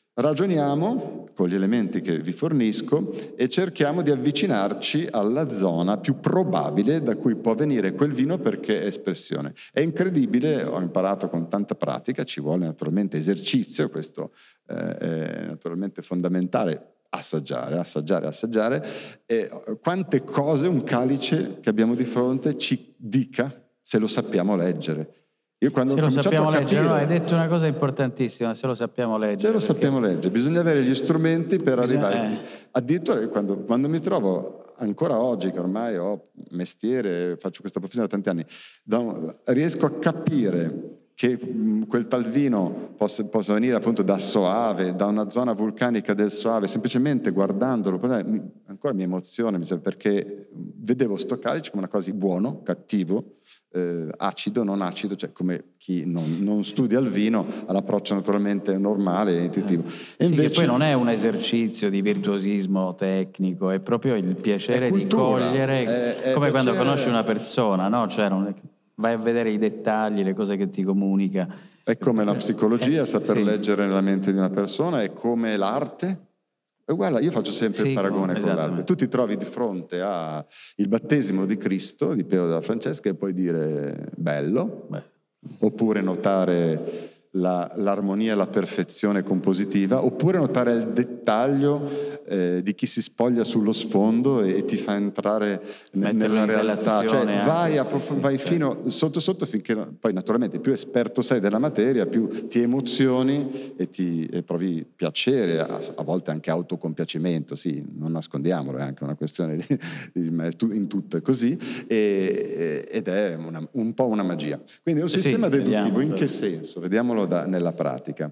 ragioniamo con gli elementi che vi fornisco e cerchiamo di avvicinarci alla zona più probabile da cui può venire quel vino, perché è espressione. È incredibile, ho imparato con tanta pratica, ci vuole naturalmente esercizio, questo eh, è naturalmente fondamentale, assaggiare, assaggiare, assaggiare, e quante cose un calice che abbiamo di fronte ci dica se lo sappiamo leggere. Io quando se ho lo cominciato sappiamo a capire, leggere, no, hai detto una cosa importantissima, se lo sappiamo leggere. Se lo perché... sappiamo leggere, bisogna avere gli strumenti per bisogna, arrivare. Eh. Addirittura quando, quando mi trovo ancora oggi, che ormai ho mestiere, faccio questa professione da tanti anni, da, riesco a capire che quel tal vino possa, possa venire appunto da Soave, da una zona vulcanica del Soave, semplicemente guardandolo, ancora mi emoziona, perché vedevo sto calice come una cosa di buono, cattivo, eh, acido, non acido, cioè come chi non, non studia il vino ha l'approccio naturalmente normale e intuitivo. E sì, invece, che poi non è un esercizio di virtuosismo tecnico, è proprio il piacere di cogliere, è, è come piacere... quando conosci una persona, no? Cioè non è... vai a vedere i dettagli, le cose che ti comunica. È come la psicologia, eh, saper sì. leggere nella mente di una persona, è come l'arte. E guarda, io faccio sempre sì, il paragone no, con l'arte. Tu ti trovi di fronte al battesimo di Cristo, di Piero della Francesca, e puoi dire bello, Beh. oppure notare la, l'armonia e la perfezione compositiva, oppure notare il dettaglio eh, di chi si spoglia sullo sfondo e, e ti fa entrare n- nella realtà. Cioè vai, anche, a, sì, vai sì, fino certo. sotto sotto finché poi naturalmente più esperto sei della materia, più ti emozioni e ti e provi piacere, a, a volte anche autocompiacimento, sì, non nascondiamolo, è anche una questione di, di in tutto è così, e, ed è una, un po' una magia. Quindi è un sì, sistema sì, deduttivo, vediamo, in che però. senso? Vediamolo da, nella pratica.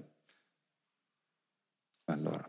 Allora,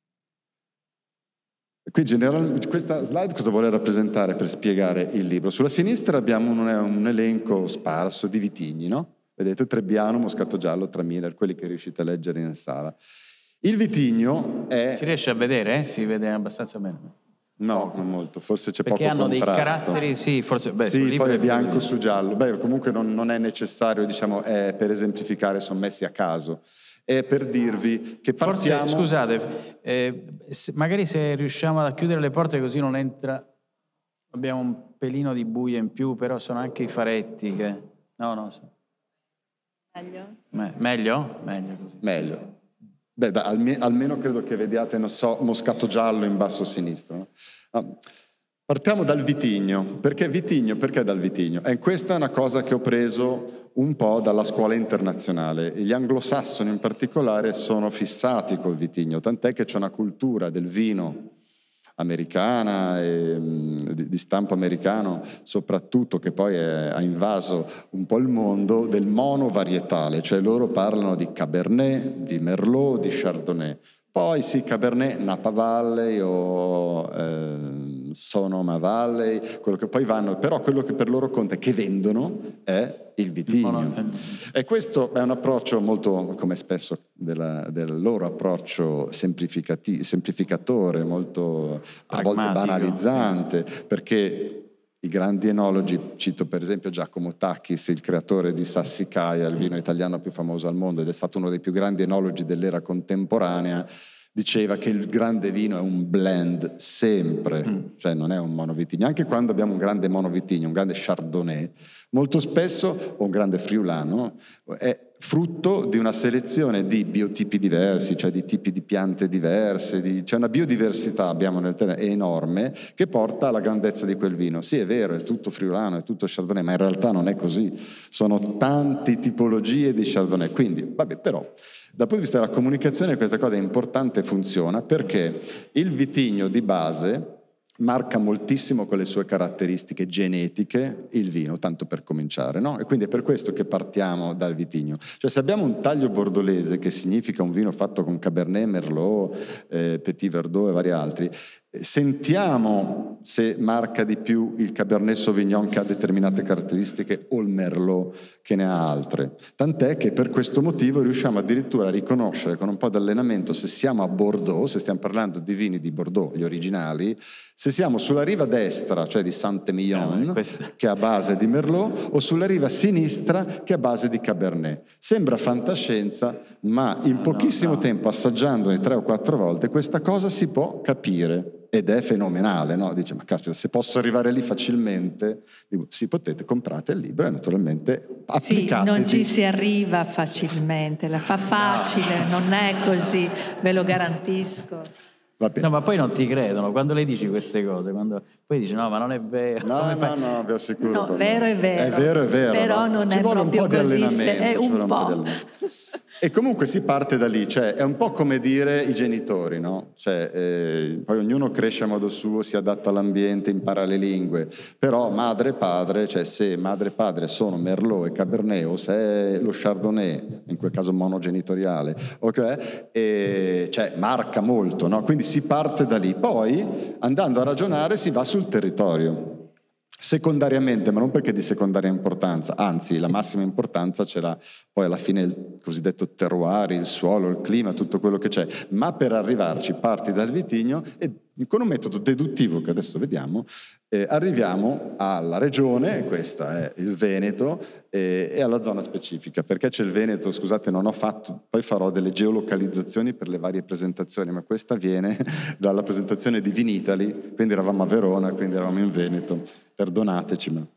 qui generalmente questa slide cosa vuole rappresentare per spiegare il libro? Sulla sinistra abbiamo un, un elenco sparso di vitigni, no? Vedete, Trebbiano, Moscato Giallo, Traminer, quelli che riuscite a leggere in sala. Il vitigno è... Si riesce a vedere? Eh? Si vede abbastanza bene. No, non molto, forse c'è Perché poco hanno contrasto. dei caratteri, sì, forse... Beh, sì, poi è bianco più... su giallo. Beh, comunque non, non è necessario, diciamo, è per esemplificare, sono messi a caso. È per dirvi che partiamo... Forse, scusate, eh, se, magari se riusciamo a chiudere le porte così non entra... Abbiamo un pelino di buio in più, però sono anche i faretti che... No, no, so. Meglio? Me- meglio? Meglio così. Meglio. Beh, da, alme, almeno credo che vediate, non so, Moscato Giallo in basso a sinistra. No? No. Partiamo dal vitigno. Perché vitigno? Perché dal vitigno? E questa è una cosa che ho preso un po' dalla scuola internazionale. Gli anglosassoni in particolare sono fissati col vitigno, tant'è che c'è una cultura del vino americana e di, di stampo americano soprattutto, che poi è, ha invaso un po' il mondo, del monovarietale, cioè loro parlano di Cabernet, di Merlot, di Chardonnay. Poi sì, Cabernet, Napa Valley o eh, Sonoma Valley, quello che poi vanno, però quello che per loro conta e che vendono è il vitigno. E questo è un approccio molto, come spesso della, del loro approccio semplificatore, molto a volte banalizzante, sì. Perché i grandi enologi, cito per esempio Giacomo Tacchis, il creatore di Sassicaia, il vino italiano più famoso al mondo, ed è stato uno dei più grandi enologi dell'era contemporanea, diceva che il grande vino è un blend sempre, mm. cioè non è un monovitigno. Anche quando abbiamo un grande monovitigno, un grande Chardonnay, molto spesso, o un grande Friulano, è frutto di una selezione di biotipi diversi, cioè di tipi di piante diverse, di, c'è una biodiversità abbiamo nel terreno enorme che porta alla grandezza di quel vino. Sì, è vero, è tutto Friulano, è tutto Chardonnay, ma in realtà non è così. Sono tante tipologie di Chardonnay. Quindi, vabbè, però, dal punto di vista della comunicazione questa cosa è importante e funziona perché il vitigno di base marca moltissimo con le sue caratteristiche genetiche il vino, tanto per cominciare, no? E quindi è per questo che partiamo dal vitigno. Cioè se abbiamo un taglio bordolese, che significa un vino fatto con Cabernet, Merlot, eh, Petit Verdot e vari altri, sentiamo se marca di più il Cabernet Sauvignon che ha determinate caratteristiche o il Merlot che ne ha altre. Tant'è che per questo motivo riusciamo addirittura a riconoscere con un po' di allenamento se siamo a Bordeaux, se stiamo parlando di vini di Bordeaux, gli originali, se siamo sulla riva destra, cioè di Saint-Emilion, eh, che è a base di Merlot, o sulla riva sinistra, che è a base di Cabernet. Sembra fantascienza, ma in pochissimo no, no. tempo, assaggiandone tre o quattro volte, questa cosa si può capire. Ed è fenomenale, no? Dice, ma caspita, se posso arrivare lì facilmente, dico, sì, potete, comprate il libro e naturalmente applicatevi. Sì, non ci si arriva facilmente, la fa facile, no. Non è così, ve lo garantisco. No, ma poi non ti credono quando le dici queste cose, quando poi dici no, ma non è vero. No, Come no, fai? no, vi assicuro. No, vero è vero. È vero, è vero. Però no? non ci è vuole un proprio po' di così, allenamento. è un, un po'. po' di allenamento. E comunque si parte da lì, cioè è un po' come dire i genitori, no? Cioè, eh, poi ognuno cresce a modo suo, si adatta all'ambiente, impara le lingue, però madre e padre, cioè se madre e padre sono Merlot e Cabernet, o se è lo Chardonnay, in quel caso monogenitoriale, okay? E, cioè marca molto, no? Quindi si parte da lì, poi andando a ragionare si va sul territorio. Secondariamente, ma non perché di secondaria importanza, anzi la massima importanza ce l'ha poi alla fine il cosiddetto terroir, il suolo, il clima, tutto quello che c'è, ma per arrivarci parti dal vitigno e con un metodo deduttivo che adesso vediamo eh, arriviamo alla regione, questa è il Veneto, eh, e alla zona specifica. Perché c'è il Veneto? Scusate, non ho fatto, poi farò delle geolocalizzazioni per le varie presentazioni, ma questa viene dalla presentazione di Vinitaly, quindi eravamo a Verona, quindi eravamo in Veneto, perdonateci, ma...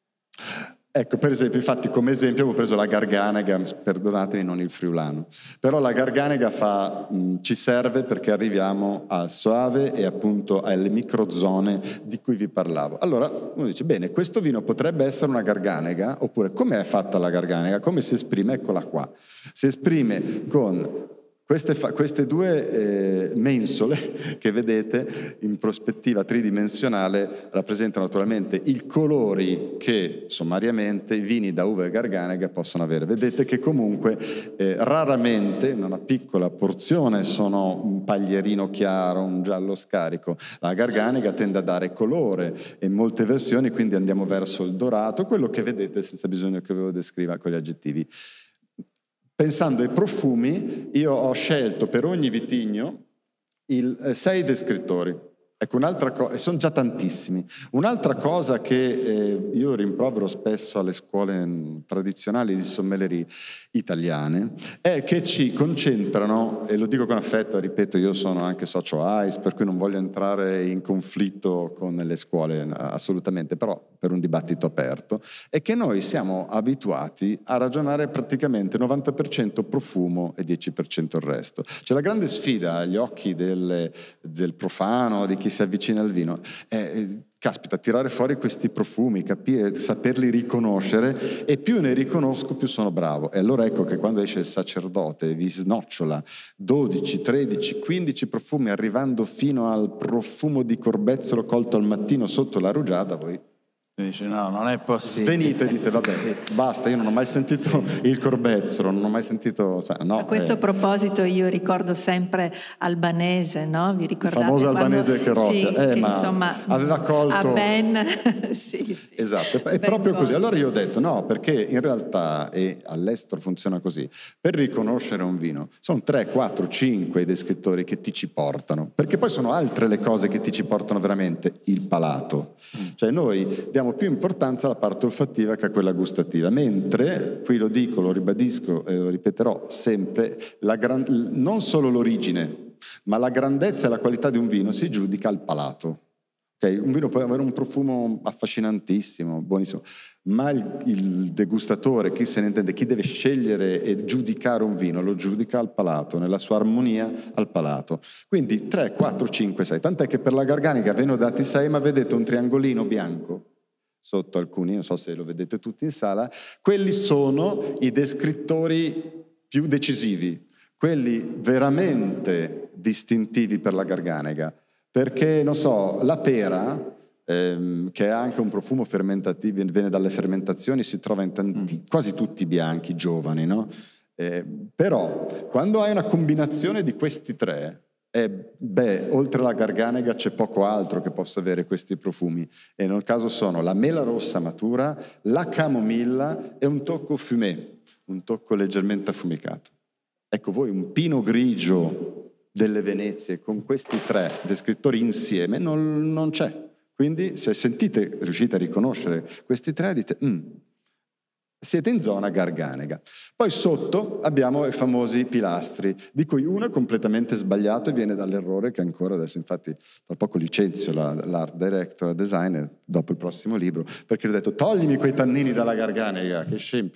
Ecco, per esempio, infatti come esempio avevo preso la Garganega, perdonatemi, non il friulano, però la Garganega fa, mh, ci serve perché arriviamo al Soave e appunto alle microzone di cui vi parlavo. Allora uno dice, bene, questo vino potrebbe essere una Garganega, oppure come è fatta la Garganega? Come si esprime? Eccola qua. Si esprime con... Queste, fa- queste due eh, mensole che vedete in prospettiva tridimensionale rappresentano naturalmente i colori che sommariamente i vini da uva e Garganega possono avere. Vedete che comunque eh, raramente in una piccola porzione sono un paglierino chiaro, un giallo scarico. La Garganega tende a dare colore e in molte versioni quindi andiamo verso il dorato, quello che vedete senza bisogno che ve lo descriva con gli aggettivi. Pensando ai profumi, io ho scelto per ogni vitigno il, eh, sei descrittori. Ecco, un'altra cosa, e sono già tantissimi. Un'altra cosa che eh, io rimprovero spesso alle scuole mh, tradizionali di sommellerie italiane è che ci concentrano, e lo dico con affetto, ripeto, io sono anche socio A I S, per cui non voglio entrare in conflitto con le scuole assolutamente, però per un dibattito aperto, è che noi siamo abituati a ragionare praticamente novanta per cento profumo e dieci per cento il resto. C'è la grande sfida agli occhi del, del profano, di chi si avvicina al vino, è, caspita, tirare fuori questi profumi, capire, saperli riconoscere, e più ne riconosco più sono bravo. E allora ecco che quando esce il sacerdote e vi snocciola dodici, tredici, quindici profumi arrivando fino al profumo di corbezzolo colto al mattino sotto la rugiada, voi dice no, non è possibile. Svenite e dite vabbè, sì. Basta, io non ho mai sentito sì. il corbezzolo, non ho mai sentito, cioè, no, a questo eh. proposito io ricordo sempre Albanese, no? Vi ricordate? Il famoso quando... Albanese che rottia, sì, eh, che, ma insomma, aveva colto a Ben sì, sì. Esatto, è proprio così. Allora io ho detto no, perché in realtà, e all'estero funziona così, per riconoscere un vino sono tre, quattro, cinque i descrittori che ti ci portano, perché poi sono altre le cose che ti ci portano veramente, il palato. Cioè noi diamo più importanza alla parte olfattiva che a quella gustativa, mentre, qui lo dico, lo ribadisco e lo ripeterò sempre, la gran, non solo l'origine, ma la grandezza e la qualità di un vino si giudica al palato. Okay? Un vino può avere un profumo affascinantissimo, buonissimo, ma il, il degustatore, chi se ne intende, chi deve scegliere e giudicare un vino, lo giudica al palato, nella sua armonia al palato. Quindi tre, quattro, cinque, sei. Tant'è che per la Garganega ve ne ho dati sei, ma vedete un triangolino bianco sotto alcuni, non so se lo vedete tutti in sala, quelli sono i descrittori più decisivi, quelli veramente distintivi per la Garganega, perché, non so, la pera, ehm, che ha anche un profumo fermentativo, viene dalle fermentazioni, si trova in tanti, quasi tutti bianchi, giovani, no? Eh, però, quando hai una combinazione di questi tre, Eh, beh, oltre alla Garganega c'è poco altro che possa avere questi profumi, e nel caso sono la mela rossa matura, la camomilla e un tocco fumé, un tocco leggermente affumicato. Ecco, voi un pino grigio delle Venezie con questi tre descrittori insieme non, non c'è. Quindi se sentite, riuscite a riconoscere questi tre, dite mm, siete in zona Garganega. Poi sotto abbiamo i famosi pilastri, di cui uno è completamente sbagliato e viene dall'errore che ancora adesso, infatti tra poco licenzio la, l'art director, la designer, dopo il prossimo libro, perché gli ho detto toglimi quei tannini dalla Garganega, che scempio.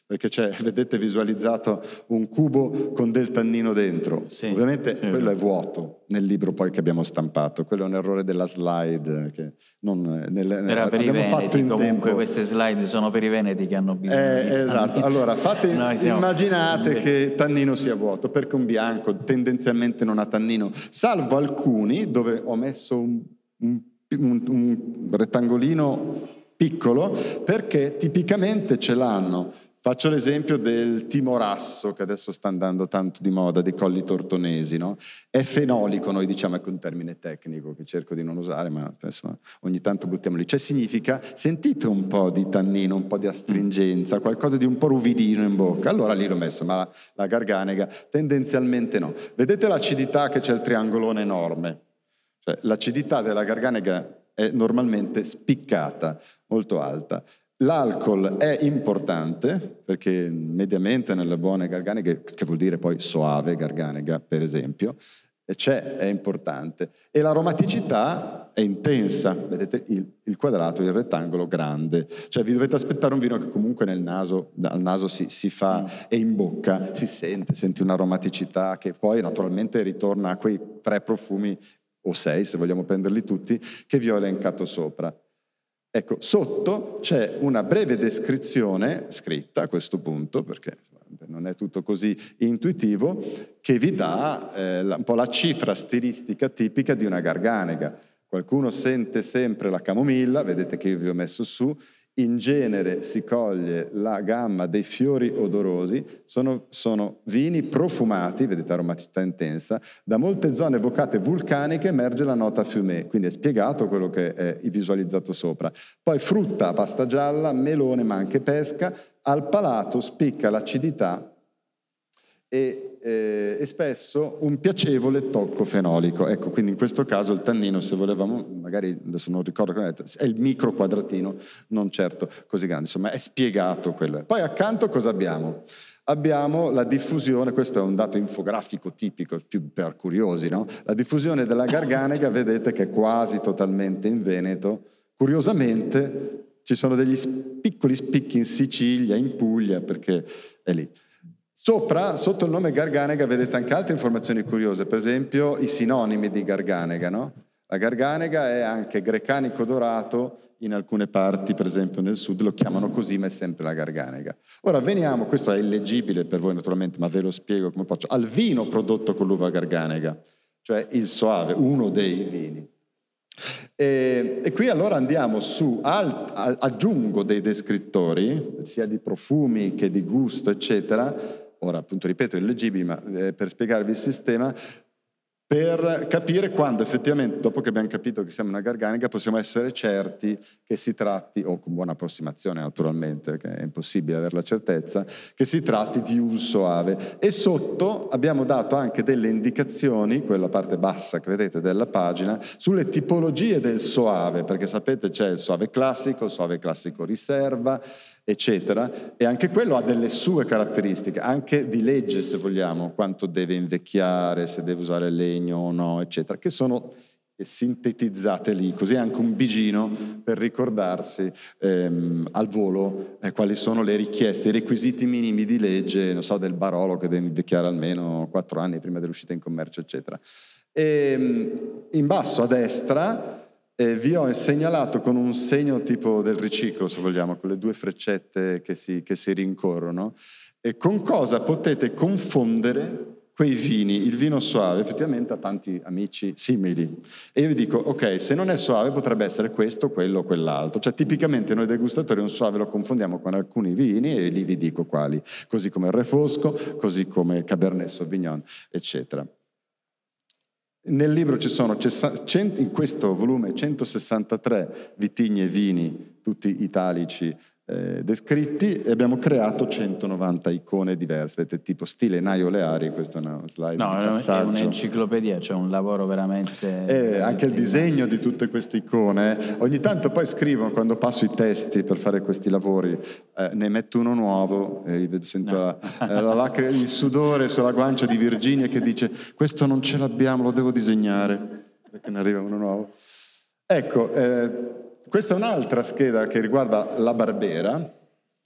perché c'è, vedete visualizzato un cubo con del tannino dentro. Sì, ovviamente sì. quello è vuoto nel libro poi che abbiamo stampato, quello è un errore della slide che non, nel, Era per i abbiamo veneti, fatto in comunque tempo. queste slide sono per i veneti che hanno bisogno Eh, di esatto, tannino. allora fate, Noi siamo- immaginate che tannino sia vuoto, perché un bianco tendenzialmente non ha tannino, salvo alcuni dove ho messo un, un, un, un rettangolino piccolo perché tipicamente ce l'hanno. Faccio l'esempio del timorasso che adesso sta andando tanto di moda, dei colli tortonesi, no? È fenolico, noi diciamo, ecco un termine tecnico che cerco di non usare, ma insomma, ogni tanto buttiamo lì. Cioè significa, sentite un po' di tannino, un po' di astringenza, qualcosa di un po' ruvidino in bocca. Allora lì l'ho messo, ma la, la garganega tendenzialmente no. Vedete l'acidità che c'è il triangolone enorme? Cioè, l'acidità della garganega è normalmente spiccata, molto alta. L'alcol è importante perché mediamente nelle buone garganeghe, che vuol dire poi soave garganega per esempio, c'è, è importante. E l'aromaticità è intensa, vedete il, il quadrato, il rettangolo grande. Cioè vi dovete aspettare un vino che comunque nel naso, al naso si, si fa e in bocca si sente, senti un'aromaticità che poi naturalmente ritorna a quei tre profumi, o sei se vogliamo prenderli tutti, che vi ho elencato sopra. Ecco, sotto c'è una breve descrizione, scritta a questo punto, perché non è tutto così intuitivo, che vi dà eh, un po' la cifra stilistica tipica di una garganega. Qualcuno sente sempre la camomilla, vedete che io vi ho messo su, in genere si coglie la gamma dei fiori odorosi, sono, sono vini profumati, vedete aromaticità intensa, da molte zone evocate vulcaniche emerge la nota fumé, quindi è spiegato quello che è visualizzato sopra. Poi frutta, pasta gialla, melone ma anche pesca, al palato spicca l'acidità e, eh, e spesso un piacevole tocco fenolico. Ecco, quindi in questo caso il tannino, se volevamo, magari adesso non ricordo come detto, è il micro quadratino, non certo così grande, insomma è spiegato quello. Poi accanto cosa abbiamo? Abbiamo la diffusione, questo è un dato infografico tipico, più per curiosi, no? La diffusione della garganega, vedete che è quasi totalmente in Veneto, curiosamente ci sono degli piccoli spicchi in Sicilia, in Puglia, perché è lì. Sopra, sotto il nome garganega, vedete anche altre informazioni curiose, per esempio i sinonimi di garganega, no? La garganega è anche grecanico dorato, in alcune parti, per esempio nel sud, lo chiamano così, ma è sempre la garganega. Ora veniamo, questo è illeggibile per voi naturalmente, ma ve lo spiego come faccio, al vino prodotto con l'uva garganega, cioè il soave, uno dei vini. E, e qui allora andiamo su, al, a, aggiungo dei descrittori, sia di profumi che di gusto, eccetera. Ora, appunto, ripeto, è illeggibile, ma eh, per spiegarvi il sistema, per capire quando effettivamente, dopo che abbiamo capito che siamo una garganega, possiamo essere certi che si tratti, o con buona approssimazione naturalmente, perché è impossibile avere la certezza, che si tratti di un soave. E sotto abbiamo dato anche delle indicazioni, quella parte bassa che vedete della pagina, sulle tipologie del soave, perché sapete c'è il soave classico, il soave classico riserva, eccetera, e anche quello ha delle sue caratteristiche, anche di legge se vogliamo, quanto deve invecchiare, se deve usare legno o no, eccetera, che sono sintetizzate lì, così anche un bigino per ricordarsi ehm, al volo eh, quali sono le richieste, i requisiti minimi di legge, non so, del Barolo che deve invecchiare almeno quattro anni prima dell'uscita in commercio, eccetera. E, in basso a destra Eh, vi ho segnalato con un segno tipo del riciclo, se vogliamo, con le due freccette che si, che si rincorrono, e con cosa potete confondere quei vini. Il vino soave effettivamente ha tanti amici simili. E io vi dico, ok, se non è soave potrebbe essere questo, quello o quell'altro. Cioè tipicamente noi degustatori un soave lo confondiamo con alcuni vini e lì vi dico quali. Così come il Refosco, così come il Cabernet Sauvignon, eccetera. Nel libro ci sono, in questo volume, centosessantatré vitigni e vini, tutti italici, eh, descritti, e abbiamo creato centonovanta icone diverse, vedete, tipo stile Naio Leari, questa è una slide no, di passaggio. No, è un'enciclopedia, cioè un lavoro veramente... Eh, anche il disegno di tutte queste icone, ogni tanto poi scrivo, quando passo i testi per fare questi lavori, eh, ne metto uno nuovo, e io sento no. la, la lac- il sudore sulla guancia di Virginia che dice, questo non ce l'abbiamo, lo devo disegnare, perché ne arriva uno nuovo. Ecco, eh, questa è un'altra scheda che riguarda la Barbera,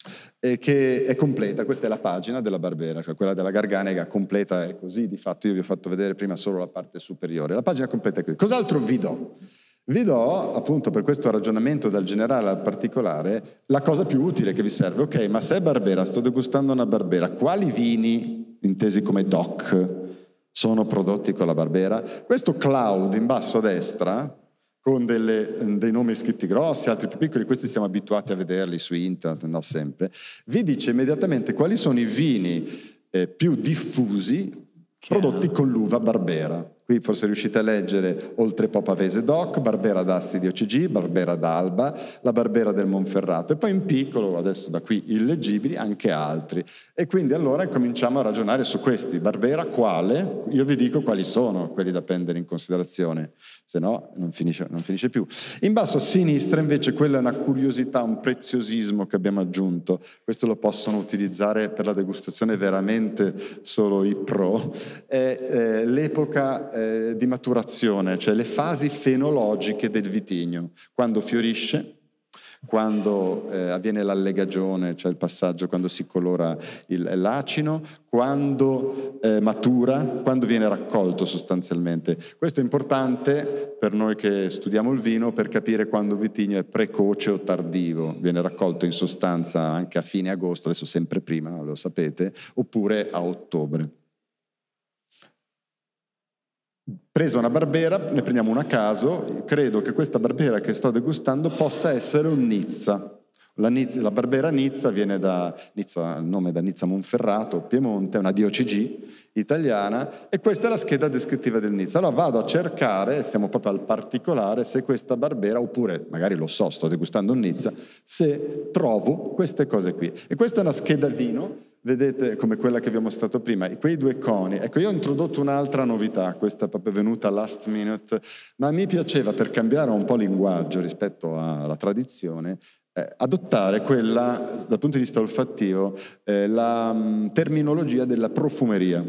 e che è completa. Questa è la pagina della Barbera, cioè quella della Garganega completa è così, di fatto io vi ho fatto vedere prima solo la parte superiore. La pagina completa è qui. Cos'altro vi do? Vi do, appunto, per questo ragionamento dal generale al particolare, la cosa più utile che vi serve. Ok, ma se è Barbera, sto degustando una Barbera, quali vini, intesi come D O C, sono prodotti con la Barbera? Questo cloud in basso a destra, con delle, dei nomi scritti grossi, altri più piccoli, questi siamo abituati a vederli su internet, no sempre, vi dice immediatamente quali sono i vini eh, più diffusi prodotti con l'uva Barbera. Qui forse riuscite a leggere Oltrepò Pavese D O C, Barbera d'Asti di O C G, Barbera d'Alba, la Barbera del Monferrato e poi in piccolo, adesso da qui illeggibili, anche altri. E quindi allora cominciamo a ragionare su questi. Barbera quale? Io vi dico quali sono quelli da prendere in considerazione, se no non finisce, non finisce più. In basso a sinistra invece quella è una curiosità, un preziosismo che abbiamo aggiunto. Questo lo possono utilizzare per la degustazione veramente solo i pro. È eh, l'epoca eh, di maturazione, cioè le fasi fenologiche del vitigno, quando fiorisce, quando eh, avviene l'allegagione, cioè il passaggio, quando si colora il, l'acino, quando eh, matura, quando viene raccolto sostanzialmente. Questo è importante per noi che studiamo il vino per capire quando il vitigno è precoce o tardivo, viene raccolto in sostanza anche a fine agosto, adesso sempre prima, lo sapete, oppure a ottobre. Presa una Barbera, ne prendiamo una a caso, credo che questa Barbera che sto degustando possa essere un Nizza. La, Nizza, la Barbera Nizza viene da Nizza, il nome è da Nizza Monferrato, Piemonte, è una D O C G italiana e questa è la scheda descrittiva del Nizza. Allora vado a cercare, stiamo proprio al particolare, se questa Barbera, oppure magari lo so, sto degustando un Nizza, se trovo queste cose qui. E questa è una scheda vino, vedete, come quella che vi ho mostrato prima, quei due coni. Ecco, io ho introdotto un'altra novità, questa è proprio venuta last minute, ma mi piaceva, per cambiare un po' il linguaggio rispetto alla tradizione, eh, adottare quella, dal punto di vista olfattivo, eh, la mh, terminologia della profumeria.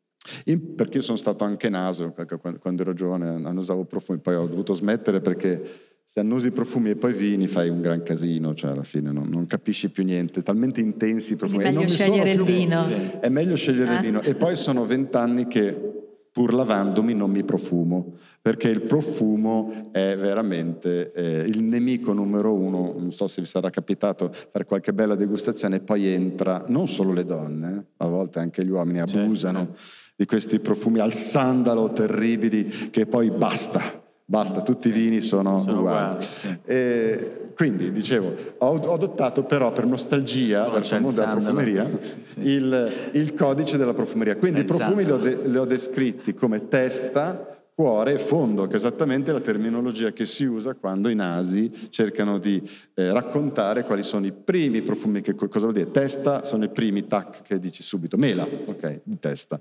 In, perché io sono stato anche naso, quando, quando ero giovane annusavo profumi, poi ho dovuto smettere perché se annusi profumi e poi vini fai un gran casino, cioè alla fine non, non capisci più niente, talmente intensi i profumi. È meglio e non scegliere mi sono il più, vino. È meglio scegliere eh? il vino. E poi sono vent'anni che pur lavandomi non mi profumo, perché il profumo è veramente eh, il nemico numero uno. Non so se vi sarà capitato fare qualche bella degustazione e poi entra, non solo le donne, eh, a volte anche gli uomini abusano certo. di questi profumi al sandalo terribili che poi basta. Basta, tutti i vini sono, sono uguali. uguali sì. E quindi, dicevo, ho, ho adottato però per nostalgia non verso il mondo della profumeria sì. il, il codice della profumeria. Quindi i profumi li ho, de, li ho descritti come testa, cuore e fondo, che è esattamente la terminologia che si usa quando i nasi cercano di eh, raccontare quali sono i primi profumi. Che, cosa vuol dire? Testa sono i primi, tac, che dici subito. Mela, ok, di testa.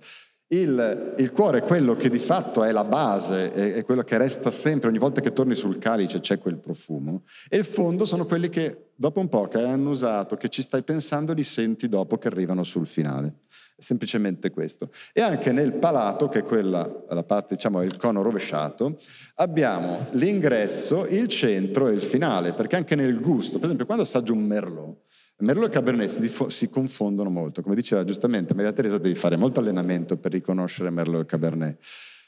Il, il cuore è quello che di fatto è la base, è, è quello che resta sempre, ogni volta che torni sul calice c'è quel profumo, e il fondo sono quelli che dopo un po' che hai annusato, che ci stai pensando, li senti dopo che arrivano sul finale. È semplicemente questo. E anche nel palato, che è quella, la parte, diciamo, il cono rovesciato, abbiamo l'ingresso, il centro e il finale, perché anche nel gusto, per esempio quando assaggio un Merlot, Merlot e Cabernet si, difo- si confondono molto, come diceva giustamente Maria Teresa, devi fare molto allenamento per riconoscere Merlot e Cabernet.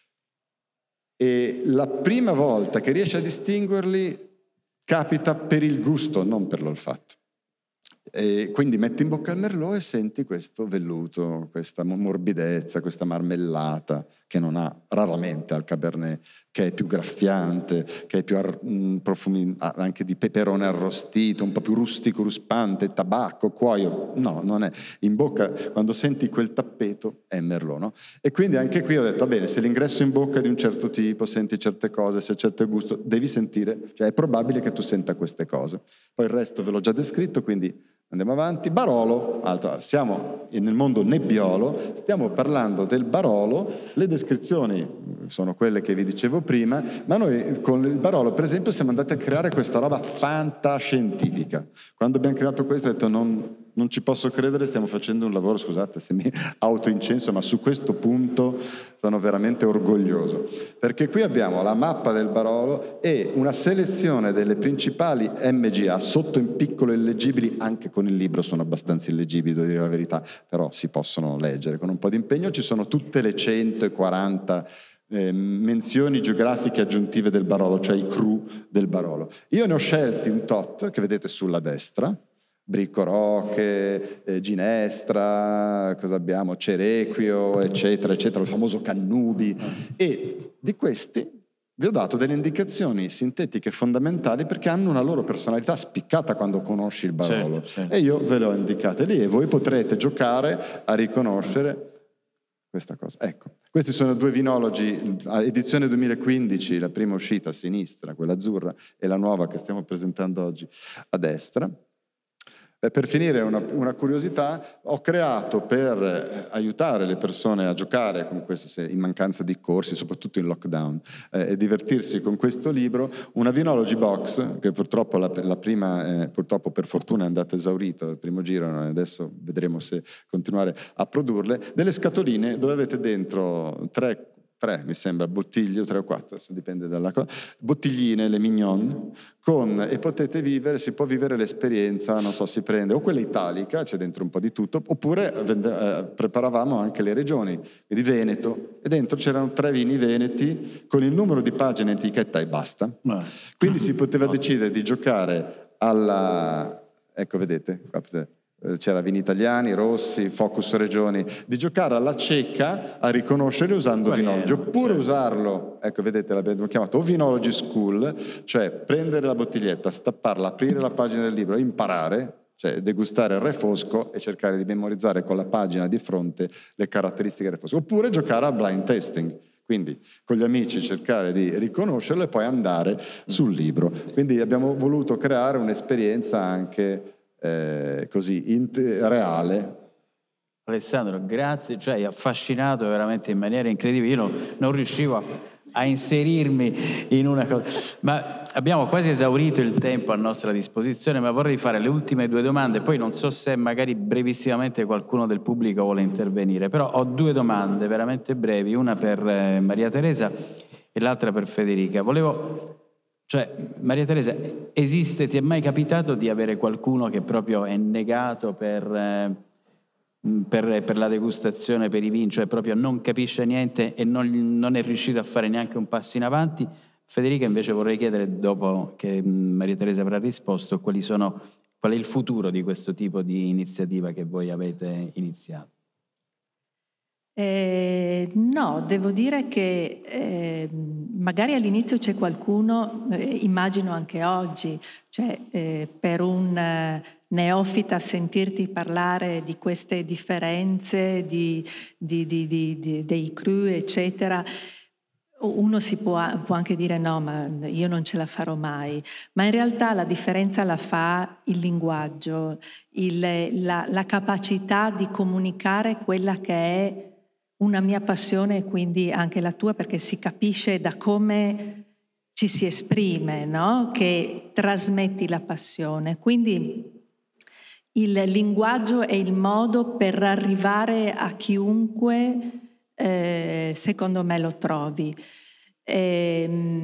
E la prima volta che riesci a distinguerli capita per il gusto, non per l'olfatto. E quindi metti in bocca il Merlot e senti questo velluto, questa morbidezza, questa marmellata che non ha raramente al Cabernet, che è più graffiante, che è più ar- mh, profumi anche di peperone arrostito, un po' più rustico, ruspante, tabacco, cuoio. No, non è. In bocca, quando senti quel tappeto, è Merlot, no? E quindi anche qui ho detto, va bene, se l'ingresso in bocca è di un certo tipo, senti certe cose, se c'è certo gusto, devi sentire, cioè è probabile che tu senta queste cose. Poi il resto ve l'ho già descritto, quindi andiamo avanti. Barolo, altro, siamo nel mondo nebbiolo, stiamo parlando del Barolo, le descrizioni sono quelle che vi dicevo prima, ma noi con il Barolo per esempio siamo andati a creare questa roba fantascientifica. Quando abbiamo creato questo ho detto non, non ci posso credere, stiamo facendo un lavoro, scusate se mi autoincenso, ma su questo punto sono veramente orgoglioso, perché qui abbiamo la mappa del Barolo e una selezione delle principali M G A, sotto in piccolo illeggibili, anche con il libro sono abbastanza illeggibili, devo dire la verità, però si possono leggere con un po' di impegno. Ci sono tutte le centoquaranta eh, menzioni geografiche aggiuntive del Barolo, cioè i cru del Barolo. Io ne ho scelti un tot, che vedete sulla destra, Bricco Roche, eh, Ginestra, cosa abbiamo? Cerequio, eccetera, eccetera, il famoso Cannubi. E di questi vi ho dato delle indicazioni sintetiche fondamentali perché hanno una loro personalità spiccata quando conosci il Barolo. Certo, certo. E io ve le ho indicate lì e voi potrete giocare a riconoscere questa cosa. Ecco, questi sono due vinologi, edizione duemilaquindici, la prima uscita a sinistra, quella azzurra, e la nuova che stiamo presentando oggi a destra. Per finire, una, una curiosità, ho creato per aiutare le persone a giocare con questo, se in mancanza di corsi, soprattutto in lockdown, eh, e divertirsi con questo libro, una Vinology Box, che purtroppo la, la prima, eh, purtroppo per fortuna è andata esaurita il primo giro, adesso vedremo se continuare a produrle, delle scatoline dove avete dentro tre tre mi sembra, bottiglie, tre o quattro, adesso dipende dalla cosa, bottigline, le mignon, con, e potete vivere, si può vivere l'esperienza, non so, si prende o quella italica, c'è dentro un po' di tutto, oppure eh, preparavamo anche le regioni, quindi Veneto, e dentro c'erano tre vini veneti con il numero di pagine in etichetta e basta. Quindi si poteva decidere di giocare alla, ecco vedete, c'era vini italiani, rossi, focus regioni, di giocare alla cieca a riconoscerli usando Vinology, oppure usarlo, ecco vedete l'abbiamo chiamato o Vinology School, cioè prendere la bottiglietta, stapparla, aprire la pagina del libro, imparare, cioè degustare il refosco e cercare di memorizzare con la pagina di fronte le caratteristiche del refosco, oppure giocare a blind tasting. Quindi con gli amici cercare di riconoscerlo e poi andare sul libro. Quindi abbiamo voluto creare un'esperienza anche Eh, così reale. Alessandro, grazie, cioè hai affascinato veramente in maniera incredibile. Io non, non riuscivo a, a inserirmi in una cosa, ma abbiamo quasi esaurito il tempo a nostra disposizione, ma vorrei fare le ultime due domande, poi non so se magari brevissimamente qualcuno del pubblico vuole intervenire, però ho due domande veramente brevi, una per eh, Maria Teresa e l'altra per Federica. Volevo Cioè, Maria Teresa, esiste, ti è mai capitato di avere qualcuno che proprio è negato per, eh, per, per la degustazione, per i vini, cioè proprio non capisce niente e non, non è riuscito a fare neanche un passo in avanti? Federica, invece, vorrei chiedere, dopo che Maria Teresa avrà risposto, quali sono, qual è il futuro di questo tipo di iniziativa che voi avete iniziato? Eh, no, devo dire che eh, magari all'inizio c'è qualcuno, eh, immagino anche oggi, cioè eh, per un eh, neofita sentirti parlare di queste differenze, di, di, di, di, di, dei cru, eccetera, uno si può, può anche dire no, ma io non ce la farò mai, ma in realtà la differenza la fa il linguaggio, il, la, la capacità di comunicare quella che è una mia passione e quindi anche la tua, perché si capisce da come ci si esprime, no? Che trasmetti la passione. Quindi il linguaggio è il modo per arrivare a chiunque, eh, secondo me, lo trovi. E,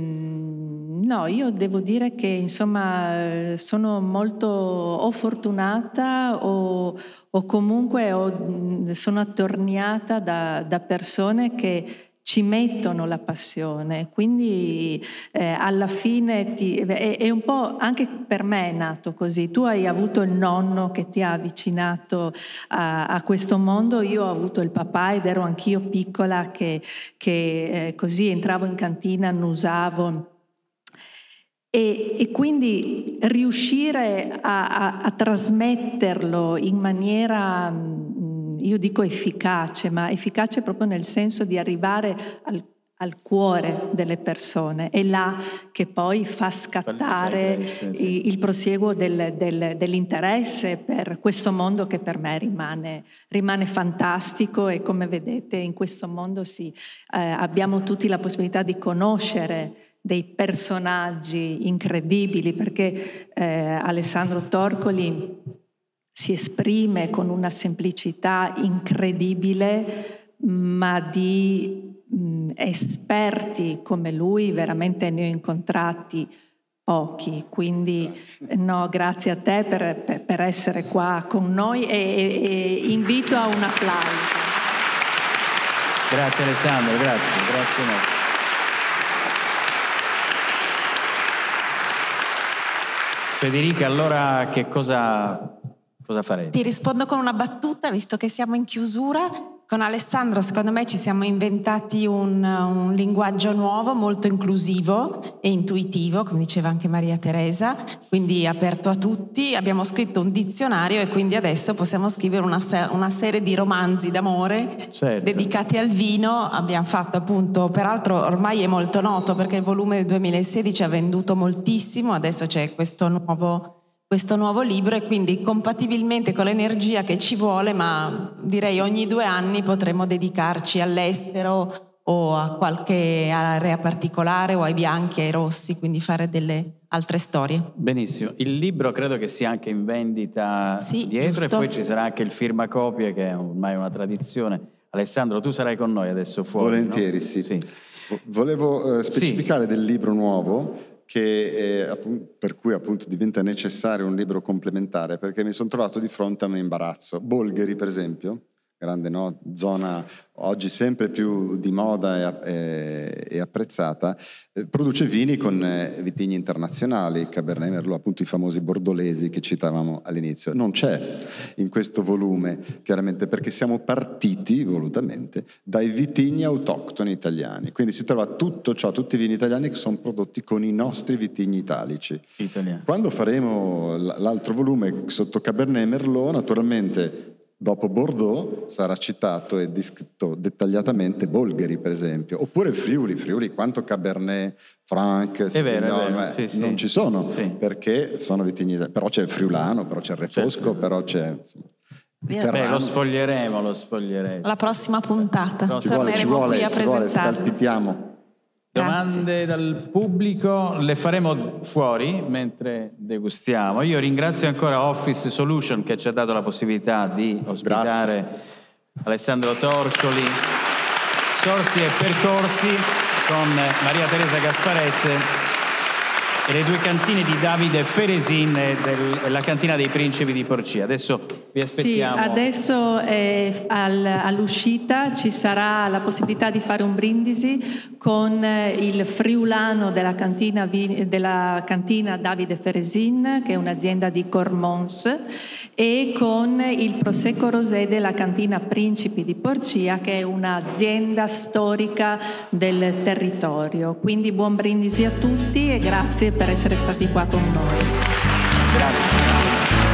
no, io devo dire che insomma sono molto o fortunata o, o comunque o, sono attorniata da, da persone che ci mettono la passione, quindi eh, alla fine ti, è, è un po' anche per me è nato così. Tu hai avuto il nonno che ti ha avvicinato a, a questo mondo, io ho avuto il papà ed ero anch'io piccola che, che eh, così entravo in cantina, annusavo. E, e quindi riuscire a, a, a trasmetterlo in maniera, io dico efficace, ma efficace proprio nel senso di arrivare al, al cuore delle persone, è là che poi fa scattare il, il prosieguo del, del, dell'interesse per questo mondo che per me rimane, rimane fantastico, e come vedete in questo mondo sì, eh, abbiamo tutti la possibilità di conoscere dei personaggi incredibili, perché eh, Alessandro Torcoli si esprime con una semplicità incredibile, ma di ehm, esperti come lui veramente ne ho incontrati pochi, quindi grazie. No, grazie a te per, per, per essere qua con noi e, e, e invito a un applauso. Grazie Alessandro, grazie, grazie molto. Federica, allora che cosa, cosa farete? Ti rispondo con una battuta, visto che siamo in chiusura. Con Alessandro, secondo me, ci siamo inventati un, un linguaggio nuovo, molto inclusivo e intuitivo, come diceva anche Maria Teresa, quindi aperto a tutti. Abbiamo scritto un dizionario e quindi adesso possiamo scrivere una, una serie di romanzi d'amore, certo, dedicati al vino. Abbiamo fatto appunto, peraltro ormai è molto noto perché il volume del duemilasedici ha venduto moltissimo, adesso c'è questo nuovo... questo nuovo libro e quindi compatibilmente con l'energia che ci vuole, ma direi ogni due anni potremo dedicarci all'estero o a qualche area particolare o ai bianchi, ai rossi, quindi fare delle altre storie. Benissimo, il libro credo che sia anche in vendita, sì, dietro, giusto. E poi ci sarà anche il firmacopie che è ormai una tradizione. Alessandro, tu sarai con noi adesso fuori, volentieri, no? sì. sì. Volevo eh, specificare sì. del libro nuovo che è, per cui appunto diventa necessario un libro complementare, perché mi sono trovato di fronte a un imbarazzo. Bolgheri, per esempio, grande no? zona oggi sempre più di moda e, e, e apprezzata, eh, produce vini con eh, vitigni internazionali, Cabernet Merlot, appunto i famosi bordolesi che citavamo all'inizio. Non c'è in questo volume, chiaramente, perché siamo partiti volutamente dai vitigni autoctoni italiani, quindi si trova tutto ciò, tutti i vini italiani che sono prodotti con i nostri vitigni italici. Italiano. Quando faremo l'altro volume sotto Cabernet Merlot, naturalmente dopo Bordeaux sarà citato e descritto dettagliatamente Bolgheri, per esempio, oppure Friuli. Friuli, quanto Cabernet Franc, è vero, è vero. Eh, sì, non sì. ci sono, sì. perché sono vitigni, però c'è il friulano, però c'è il refosco, certo. però c'è Beh, lo sfoglieremo, lo sfoglieremo. La prossima puntata no, ci vuole, ci vuole, ci vuole, scalpitiamo. Domande Grazie. Dal pubblico le faremo fuori mentre degustiamo. Io ringrazio ancora Office Solution che ci ha dato la possibilità di ospitare Grazie. Alessandro Torcoli, Sorsi e Percorsi con Maria Teresa Gasparette e le due cantine di Davide Feresin e del, la cantina dei Principi di Porcia. Adesso vi aspettiamo. Sì, adesso eh, al, all'uscita ci sarà la possibilità di fare un brindisi con il friulano della cantina, della cantina Davide Feresin, che è un'azienda di Cormons, e con il Prosecco Rosé della cantina Principi di Porcia, che è un'azienda storica del territorio. Quindi buon brindisi a tutti e grazie per essere stati qua con noi. Grazie.